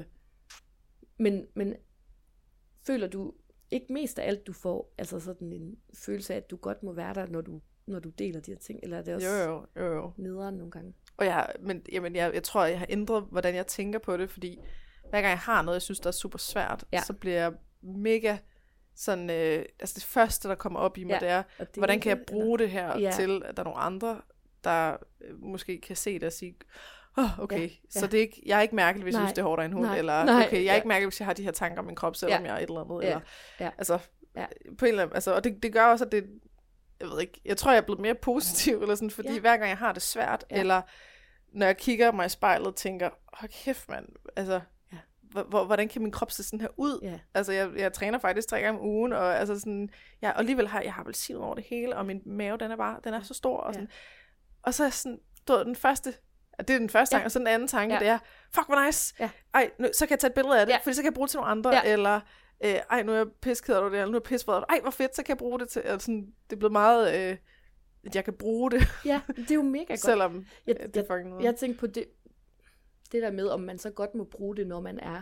Speaker 2: Men, men føler du ikke mest af alt, du får altså sådan en følelse af, at du godt må være der, når du, når du deler de her ting? Eller er det også
Speaker 1: jo, jo, jo, jo.
Speaker 2: nederen nogle gange?
Speaker 1: Og jeg, men, jamen, jeg, jeg tror, jeg har ændret, hvordan jeg tænker på det, fordi hver gang jeg har noget, jeg synes, der er super svært, ja. så bliver jeg mega... Sådan, øh, altså det første, der kommer op i mig, ja, det er, det hvordan kan jeg bruge eller? det her ja. til, at der er nogle andre, der øh, måske kan se det og sige, oh, okay, ja, ja. så det er ikke, jeg er ikke mærkelig, hvis nej, jeg synes, det er hårdt af en hund, nej, eller nej, okay, jeg er ja. ikke mærkelig, hvis jeg har de her tanker om min krop, selvom ja. jeg er et eller andet,
Speaker 2: ja.
Speaker 1: eller,
Speaker 2: ja.
Speaker 1: altså,
Speaker 2: ja.
Speaker 1: på en eller anden, altså, og det, det gør også, at det, jeg ved ikke, jeg tror, jeg er blevet mere positiv, eller sådan, fordi ja. hver gang jeg har det svært, ja. eller når jeg kigger mig i spejlet og tænker, hold kæft, mand, altså, hvordan kan min krop se sådan her ud? Yeah. Altså, jeg, jeg træner faktisk tre gange om ugen, og altså sådan, jeg, og alligevel har jeg har appelsin over det hele, og min mave, den er bare, den er så stor, og sådan. Yeah. Og så er sådan, du ved, den første, det er den første tanke, yeah. og så den anden tanke, yeah. det er, fuck, hvor nice, yeah. ej, nu, så kan jeg tage et billede af det, yeah. fordi så kan jeg bruge det til nogle andre, yeah. eller, øh, ej, nu er jeg pissked over det, eller nu er jeg pissefred, ej, hvor fedt, så kan jeg bruge det til, altså sådan, det er blevet meget, øh, at jeg kan bruge det.
Speaker 2: Ja, det er jo mega godt.
Speaker 1: Selvom
Speaker 2: jeg,
Speaker 1: det er fucking noget.
Speaker 2: Jeg, jeg tænkte på det, det der med, om man så godt må bruge det, når man er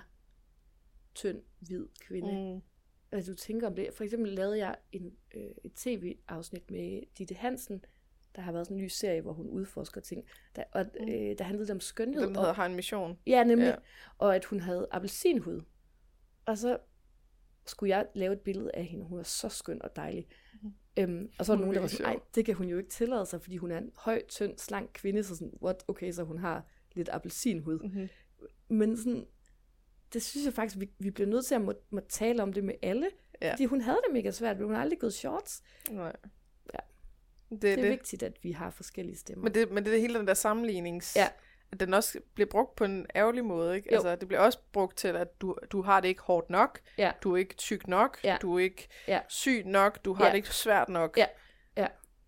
Speaker 2: tynd, hvid kvinde. Mm. Altså, du tænker om det. For eksempel lavede jeg en, øh, et tv-afsnit med Ditte Hansen, der har været sådan en ny serie, hvor hun udforsker ting, der, og mm. øh, der handlede om skønhed.
Speaker 1: Den hedder Har en mission.
Speaker 2: Ja, nemlig. Ja. Og at hun havde appelsinhud. Og så skulle jeg lave et billede af hende. Hun var så skøn og dejlig. Mm. Øhm, og så var der nogen, der var sådan, ej, det kan hun jo ikke tillade sig, fordi hun er en høj, tynd, slank kvinde, så sådan, what? Okay, så hun har lidt appelsinhud. Mm-hmm. Men sådan, det synes jeg faktisk, vi, vi bliver nødt til at må, må tale om det med alle. Ja. Fordi hun havde det mega svært, men hun har aldrig gået shorts.
Speaker 1: Nej.
Speaker 2: Ja. Det, det er det. vigtigt, at vi har forskellige stemmer.
Speaker 1: Men det, men det er hele den der sammenlignings... Ja. at den også bliver brugt på en ærgerlig måde, ikke? Jo. Altså, det bliver også brugt til, at du, du har det ikke hårdt nok,
Speaker 2: ja.
Speaker 1: du er ikke tyk nok,
Speaker 2: ja.
Speaker 1: du er ikke
Speaker 2: ja.
Speaker 1: syg nok, du har ja. det ikke svært nok.
Speaker 2: Ja, ja.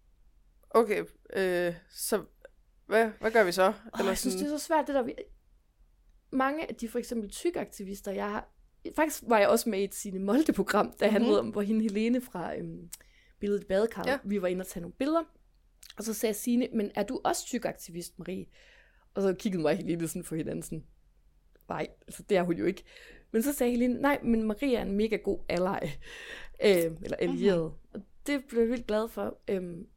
Speaker 1: Okay, øh, så hvad, hvad gør vi så?
Speaker 2: Oh, Eller jeg synes, det er så svært, det der... Vi... Mange af de for eksempel tykaktivister, jeg har... Faktisk var jeg også med i et Signe Molde-program, der mm-hmm. handlede om, hvor hende Helene fra øhm, Billedet i Badekarret, ja. vi var inde og tage nogle billeder, og så sagde Signe, men er du også tykaktivist, Marie? Og så kiggede mig Helene sådan for hinanden sådan, nej, altså det er hun jo ikke. Men så sagde Helene, nej, men Marie er en mega god ally, øhm, eller allieret. Mm-hmm. Og det blev jeg vildt glad for, øhm,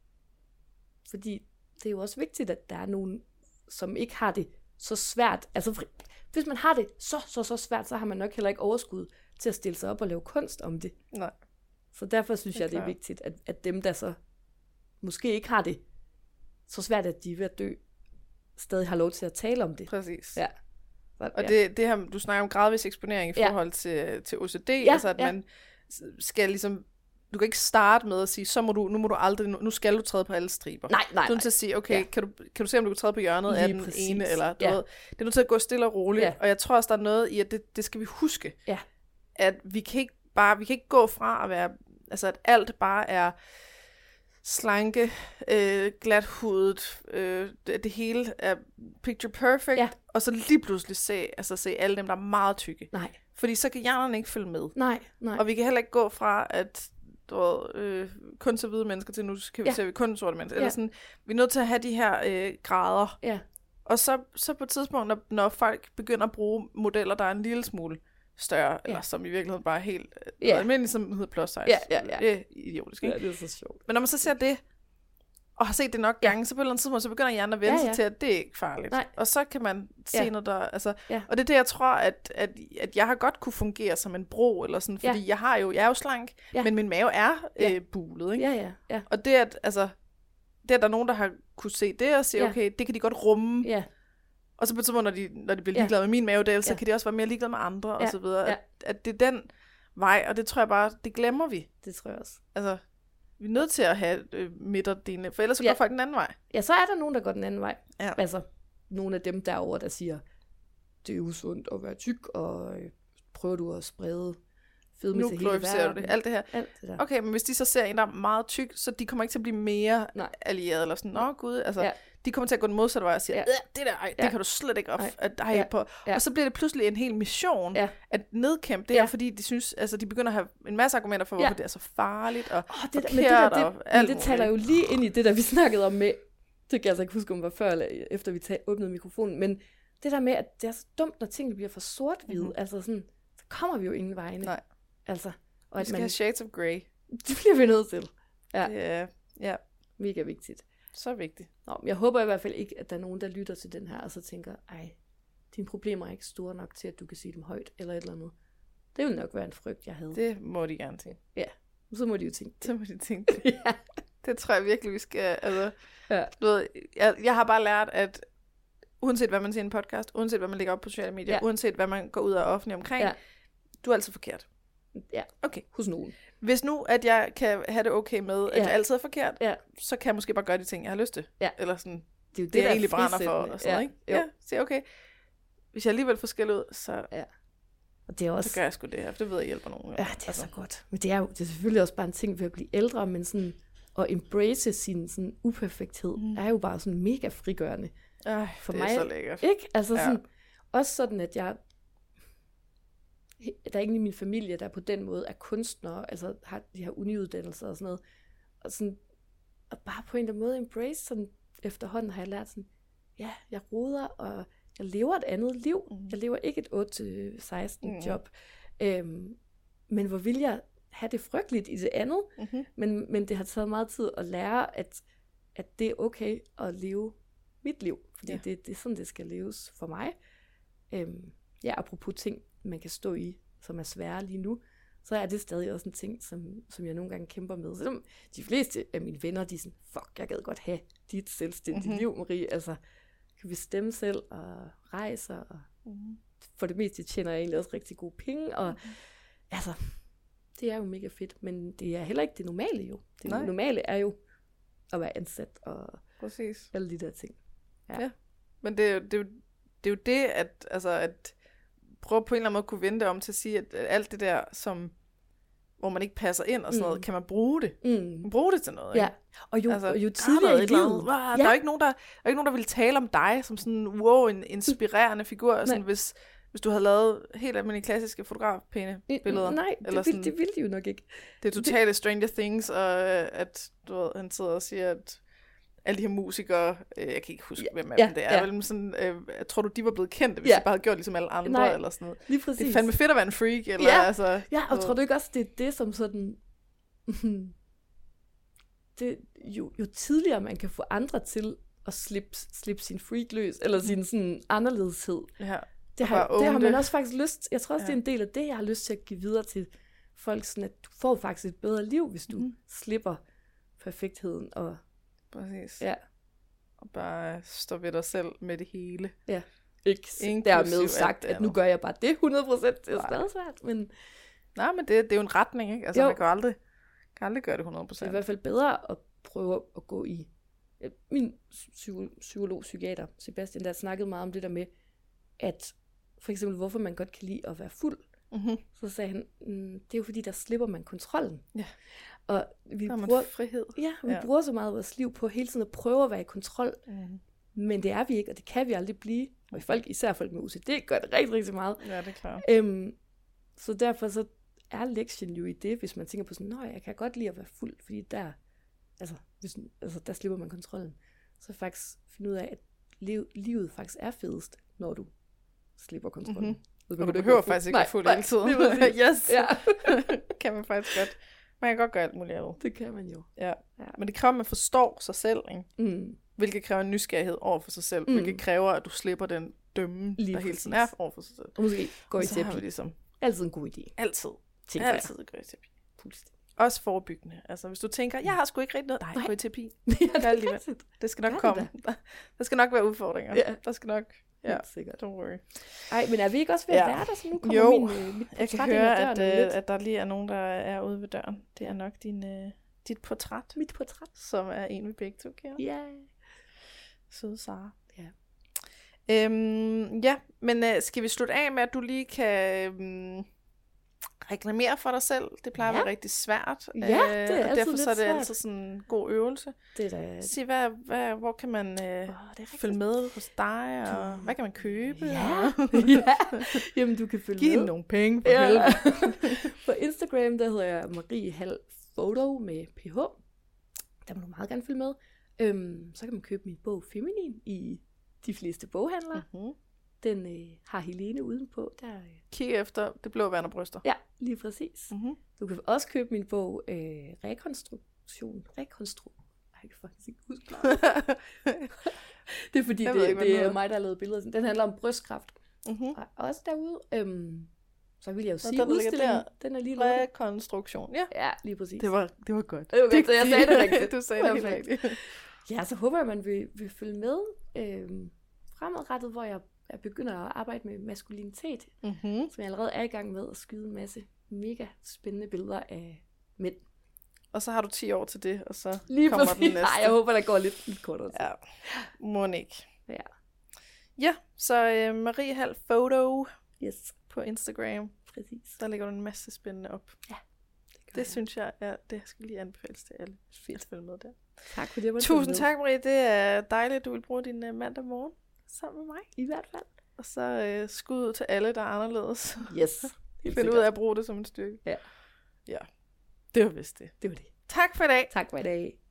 Speaker 2: fordi det er jo også vigtigt, at der er nogen, som ikke har det så svært. Altså, hvis man har det så, så, så svært, så har man nok heller ikke overskud til at stille sig op og lave kunst om det.
Speaker 1: Nej.
Speaker 2: Så derfor synes det jeg, det er vigtigt, at, at dem, der så måske ikke har det så svært, at de er ved at dø, stadig har lov til at tale om det.
Speaker 1: Præcis.
Speaker 2: Ja.
Speaker 1: Så, og ja. det, det her, du snakker om gradvis eksponering i forhold ja. til, til O C D,
Speaker 2: ja,
Speaker 1: altså at
Speaker 2: ja.
Speaker 1: man skal ligesom, du kan ikke starte med at sige, så må du, nu må du aldrig, nu skal du træde på alle striber.
Speaker 2: Nej, nej,
Speaker 1: Du er nødt til at sige, okay, ja. kan, du, kan du se, om du kan træde på hjørnet
Speaker 2: Lige
Speaker 1: af den
Speaker 2: præcis.
Speaker 1: ene, eller du
Speaker 2: ja.
Speaker 1: ved, det er nødt til at gå stille og roligt,
Speaker 2: ja.
Speaker 1: og jeg tror også, der er noget i, at det, det skal vi huske,
Speaker 2: ja.
Speaker 1: at vi kan ikke bare, vi kan ikke gå fra at være, altså at alt bare er slanke, øh, glathudet, øh, det, det hele er picture perfect,
Speaker 2: ja.
Speaker 1: og så lige pludselig se, altså se alle dem, der er meget tykke.
Speaker 2: Nej.
Speaker 1: Fordi så kan hjernerne ikke følge med.
Speaker 2: Nej, nej.
Speaker 1: Og vi kan heller ikke gå fra, at du ved, øh, kun så hvide mennesker til, nu kan vi
Speaker 2: ja.
Speaker 1: se, vi kun sorte mennesker.
Speaker 2: Ja.
Speaker 1: Eller sådan, vi er nødt til at have de her øh, grader.
Speaker 2: Ja.
Speaker 1: Og så, så på et tidspunkt, når, når folk begynder at bruge modeller, der er en lille smule større, ja. eller som i virkeligheden bare er helt
Speaker 2: ja.
Speaker 1: almindeligt, som hedder plus size.
Speaker 2: Ja, ja, ja.
Speaker 1: Det er idiotisk, ikke?
Speaker 2: Ja, det er så sjovt.
Speaker 1: Men når man så ser det, og har set det nok gange, så på et eller andet tidspunkt, så begynder hjernen at vende
Speaker 2: ja, ja.
Speaker 1: sig til, at det er ikke farligt.
Speaker 2: Nej.
Speaker 1: Og så kan man se
Speaker 2: ja.
Speaker 1: noget, der... Altså,
Speaker 2: ja.
Speaker 1: Og det er det, jeg tror, at, at, at jeg har godt kunne fungere som en bro, eller sådan, fordi ja. jeg har jo, jeg er jo slank, ja. men min mave er
Speaker 2: ja.
Speaker 1: øh, bulet, ikke?
Speaker 2: Ja, ja, ja.
Speaker 1: Og det, at, altså, det, at der er nogen, der har kunne se det, og sige,
Speaker 2: ja.
Speaker 1: okay, det kan de godt rumme.
Speaker 2: Ja.
Speaker 1: Og så på et tidspunkt, når de, når de bliver ligeglade ja. med min mavedel, så
Speaker 2: ja.
Speaker 1: kan de også være mere ligeglade med andre,
Speaker 2: ja.
Speaker 1: og så videre.
Speaker 2: Ja.
Speaker 1: At, at det er den vej, og det tror jeg bare, det glemmer vi.
Speaker 2: Det tror jeg også.
Speaker 1: Altså... Vi er nødt til at have øh, midterdelene, for ellers så
Speaker 2: ja.
Speaker 1: går folk den anden vej.
Speaker 2: Ja, så er der nogen, der går den anden vej.
Speaker 1: Ja.
Speaker 2: Altså, nogle af dem derovre, der siger, det er usundt at være tyk, og øh, prøver du at sprede fedme til hele verden.
Speaker 1: Du det, alt det her.
Speaker 2: Alt det der.
Speaker 1: Okay, men hvis de så ser en, der er meget tyk, så de kommer ikke til at blive mere
Speaker 2: Nej.
Speaker 1: allieret, eller sådan, nå gud, altså,
Speaker 2: ja.
Speaker 1: de kommer til at gå den modsatte vej og sige, ja. det der, ej, det
Speaker 2: ja.
Speaker 1: kan du slet ikke op, at ej,
Speaker 2: ja.
Speaker 1: på.
Speaker 2: Ja.
Speaker 1: Og så bliver det pludselig en hel mission,
Speaker 2: ja.
Speaker 1: at nedkæmpe det
Speaker 2: ja.
Speaker 1: her, fordi de synes, altså de begynder at have en masse argumenter for, hvorfor ja. det er så farligt, og
Speaker 2: oh, det,
Speaker 1: forkert,
Speaker 2: men det, der, det,
Speaker 1: og alt
Speaker 2: det taler jo lige ind i det, der vi snakkede om med, det kan jeg altså ikke huske, om det var før, eller efter vi tag, åbnede mikrofonen, men det der med, at det er så dumt, når tingene bliver for sort-hvide, mm-hmm. altså sådan, så kommer vi jo ingen vegne.
Speaker 1: Nej.
Speaker 2: Altså, og
Speaker 1: vi
Speaker 2: at
Speaker 1: skal
Speaker 2: man,
Speaker 1: have shades of grey.
Speaker 2: Det bliver vi nødt til. Ja.
Speaker 1: Det er, ja.
Speaker 2: Mega vigtigt.
Speaker 1: Så vigtigt.
Speaker 2: Nå, jeg håber i hvert fald ikke, at der er nogen, der lytter til den her, og så tænker, ej, dine problemer er ikke store nok til, at du kan sige dem højt, eller et eller andet. Det ville nok være en frygt, jeg havde.
Speaker 1: Det må de gerne tænke.
Speaker 2: Ja, så må de jo tænke det.
Speaker 1: Så må de tænke det.
Speaker 2: ja.
Speaker 1: Det tror jeg virkelig, vi skal, altså,
Speaker 2: ja.
Speaker 1: du ved, jeg, jeg har bare lært, at uanset hvad man siger i en podcast, uanset hvad man lægger op på sociale medier, ja. uanset hvad man går ud af offentlig omkring, ja. du er altid forkert.
Speaker 2: Ja,
Speaker 1: okay.
Speaker 2: Hos nogen.
Speaker 1: Hvis nu, at jeg kan have det okay med, at ja. jeg altid er forkert,
Speaker 2: ja.
Speaker 1: så kan jeg måske bare gøre de ting, jeg har lyst til.
Speaker 2: Ja.
Speaker 1: Eller sådan,
Speaker 2: det er jo det,
Speaker 1: det jeg egentlig brænder for, og sådan,
Speaker 2: ja.
Speaker 1: ikke? Ja, så okay. Hvis jeg alligevel får skæld ud, så,
Speaker 2: ja. og det er også...
Speaker 1: så gør jeg sgu det her, for det ved jeg hjælper nogen.
Speaker 2: Ja, det er altså. Så godt. Men det er jo det er selvfølgelig også bare en ting ved at blive ældre, men sådan at embrace sin sådan uperfekthed, mm. er jo bare sådan mega frigørende.
Speaker 1: Ej, for det mig, er så lækkert.
Speaker 2: Ikke? Altså
Speaker 1: ja.
Speaker 2: sådan, også sådan, at jeg... Der er ingen i min familie, der på den måde er kunstnere, altså har de her uniuddannelser og sådan noget. Og sådan, og bare på en eller anden måde embrace, sådan efterhånden har jeg lært sådan, ja, jeg roder, og jeg lever et andet liv. Mm. Jeg lever ikke et otte til seksten mm. job. Øhm, men hvor vil jeg have det frygteligt i det andet? Mm-hmm. Men, men det har taget meget tid at lære, at, at det er okay at leve mit liv. Fordi ja. det, det er sådan, det skal leves for mig. Øhm, ja, apropos ting, man kan stå i, som er svære lige nu, så er det stadig også en ting, som, som jeg nogle gange kæmper med. Så de fleste af mine venner, de er sådan, fuck, jeg gad godt have dit selvstændige mm-hmm. liv, Marie. Altså, kan vi stemme selv og rejse, og mm-hmm. for det meste tjener jeg egentlig også rigtig gode penge, og mm-hmm. altså, det er jo mega fedt, men det er heller ikke det normale jo. Det
Speaker 1: Nej.
Speaker 2: normale er jo at være ansat, og
Speaker 1: Præcis.
Speaker 2: alle de der ting.
Speaker 1: Ja. ja. Men det er jo det, er jo, det, er jo det at, altså, at prøve på en eller anden måde at kunne vende det om til at sige, at alt det der, som, hvor man ikke passer ind og sådan mm. noget, kan man bruge det. Mm. Bruge det til noget.
Speaker 2: Ja.
Speaker 1: Ikke?
Speaker 2: Og jo, altså, og jo tidligere i livet.
Speaker 1: Der er jo ikke nogen, der, der, er ikke nogen, der vil tale om dig som sådan, wow, en inspirerende figur, sådan, hvis, hvis du havde lavet helt almindelige klassiske fotografpæne billeder.
Speaker 2: Nej,
Speaker 1: eller
Speaker 2: det, vil, det ville de jo nok ikke.
Speaker 1: Det er totale Stranger Things, og at du ved, han sidder og siger, at alle de her musikere, øh, jeg kan ikke huske, ja, hvem af ja, dem det er, ja. vel, sådan, øh, jeg tror du, de var blevet kendte, hvis ja. de bare havde gjort ligesom alle andre,
Speaker 2: Nej,
Speaker 1: eller sådan noget.
Speaker 2: Lige præcis.
Speaker 1: Det er fandme fedt at være en freak, eller
Speaker 2: ja.
Speaker 1: altså...
Speaker 2: Ja, og tror du ikke også, det er det, som sådan... det, jo, jo tidligere man kan få andre til at slippe, slippe sin freak løs, eller sin sådan anderledeshed,
Speaker 1: ja.
Speaker 2: det, har, det har man også faktisk lyst... Jeg tror også, ja. det er en del af det, jeg har lyst til at give videre til folk, sådan at du får faktisk et bedre liv, hvis du mm. slipper perfektheden og...
Speaker 1: Præcis.
Speaker 2: Ja.
Speaker 1: Og bare stå ved dig selv med det hele.
Speaker 2: Ja. Ikke dermed sagt, at nu gør jeg bare det hundrede procent. Det er stadig svært, men...
Speaker 1: Nej, men det, det er jo en retning, ikke? Altså, jo. man kan aldrig, kan aldrig gøre det hundrede procent.
Speaker 2: Det er i hvert fald bedre at prøve at gå i... Min psyko- psykolog, psykiater, Sebastian, der snakkede meget om det der med, at for eksempel, hvorfor man godt kan lide at være fuld. Mm-hmm. Så sagde han, mm, det er jo fordi, der slipper man kontrollen.
Speaker 1: Ja.
Speaker 2: Og vi
Speaker 1: der
Speaker 2: bruger
Speaker 1: frihed.
Speaker 2: Ja, vi ja. bruger så meget af vores liv på hele tiden at prøve at være i kontrol. Mm. Men det er vi ikke, og det kan vi aldrig blive. Og folk, især folk med O C D, gør det rigtig, rigtig meget.
Speaker 1: Ja, det er klart.
Speaker 2: Øhm, så derfor så er lektien jo i det, hvis man tænker på sådan, nej, jeg kan godt lide at være fuld, fordi der, altså, hvis, altså, der slipper man kontrollen. Så faktisk finde ud af, at liv, livet faktisk er fedest, når du slipper kontrollen.
Speaker 1: Mm-hmm. Og du behøver faktisk ikke at være fuld hele tiden. Yes! Ja. Kan man faktisk godt. Man kan godt gøre alt muligt andet.
Speaker 2: Det kan man jo.
Speaker 1: Ja. Ja. Men det kræver, at man forstår sig selv, ikke? Mm. Hvilket kræver en nysgerrighed over for sig selv. Mm. Hvilket kræver, at du slipper den dømme,
Speaker 2: lige
Speaker 1: der hele tiden er over for sig selv.
Speaker 2: Og måske gå i terapi.
Speaker 1: Ligesom...
Speaker 2: Altid en god idé.
Speaker 1: Altid.
Speaker 2: Tænker
Speaker 1: Altid gå i terapi. Også forebyggende. Altså, hvis du tænker, jeg har sgu ikke rigtig noget. Nej, Nej. Gå i terapi.
Speaker 2: Ja, det, det,
Speaker 1: det skal nok det komme. Det. Der skal nok være udfordringer.
Speaker 2: Ja.
Speaker 1: Der skal nok... Ja,
Speaker 2: sikkert.
Speaker 1: Don't worry.
Speaker 2: Ej, men er vi ikke også ved at være der, så nu kommer
Speaker 1: jo,
Speaker 2: min, mit
Speaker 1: jeg kan høre, at, øh, at der lige er nogen, der er ude ved døren. Det er nok din, øh, dit portræt.
Speaker 2: Mit portræt.
Speaker 1: Som er en, vi begge to kender.
Speaker 2: Ja.
Speaker 1: Søde Sara.
Speaker 2: Ja.
Speaker 1: Øhm, ja, men øh, skal vi slutte af med, at du lige kan øhm, reklamere for dig selv? Det plejer ja. at være rigtig svært.
Speaker 2: Ja, det er øh,
Speaker 1: og derfor så er det
Speaker 2: svært.
Speaker 1: altid sådan en god øvelse.
Speaker 2: Det er da...
Speaker 1: Sig, hvad, hvad, hvor kan man øh, oh, følge med hos dig, og du... hvad kan man købe?
Speaker 2: Ja. ja. Jamen, du kan følge
Speaker 1: Giv
Speaker 2: med.
Speaker 1: Giv nogle penge på
Speaker 2: ja. På Instagram, der hedder jeg Marie Hall Photo med P H. Der må du meget gerne følge med. Øhm, så kan man købe min bog Feminin i de fleste boghandlere. Mm-hmm. Den øh, har Helene udenpå. Der, øh...
Speaker 1: Kig efter Det Blå Vand og Bryster.
Speaker 2: Ja, lige præcis. Mm-hmm. Du kan også købe min bog øh, Rekonstruktion. Rekonstru... Jeg kan faktisk ikke huske det er fordi, det, ikke, det er mig, der har lavet billeder. Den handler om brystkræft. Mm-hmm. Og også derude... Øhm, så vil jeg jo sige,
Speaker 1: den udstillingen,
Speaker 2: den er lige lavet.
Speaker 1: Rekonstruktion, ja.
Speaker 2: Ja, lige præcis.
Speaker 1: Det var, det var godt.
Speaker 2: Det var godt, så jeg sagde det rigtigt.
Speaker 1: Du sagde det rigtigt.
Speaker 2: Ja, så håber jeg, at man vil, vil følge med øhm, fremadrettet, hvor jeg, jeg begynder at arbejde med maskulinitet, mm-hmm. som jeg allerede er i gang med at skyde en masse mega spændende billeder af mænd.
Speaker 1: Og så har du ti år til det, og så
Speaker 2: lige
Speaker 1: kommer
Speaker 2: præcis.
Speaker 1: den næste.
Speaker 2: Nej, jeg håber, der går lidt, lidt kortere.
Speaker 1: Ja, må ikke.
Speaker 2: Ja.
Speaker 1: Ja, så øh, Marie Hall Photo
Speaker 2: yes.
Speaker 1: på Instagram.
Speaker 2: Præcis.
Speaker 1: Der ligger du en masse spændende op.
Speaker 2: Ja.
Speaker 1: Det, det synes jeg, ja, det skal lige anbefales til alle. Fedt følge med der.
Speaker 2: Tak for det.
Speaker 1: Tusind tak, Marie. Det er dejligt, at du vil bruge din uh, mandag morgen sammen med mig.
Speaker 2: I hvert fald.
Speaker 1: Og så uh, skud ud til alle, der er anderledes.
Speaker 2: Yes.
Speaker 1: Find ud af at bruge det som en styrke.
Speaker 2: Ja.
Speaker 1: Ja. Det var vist det.
Speaker 2: Det var det.
Speaker 1: Tak for i dag.
Speaker 2: Tak for i dag.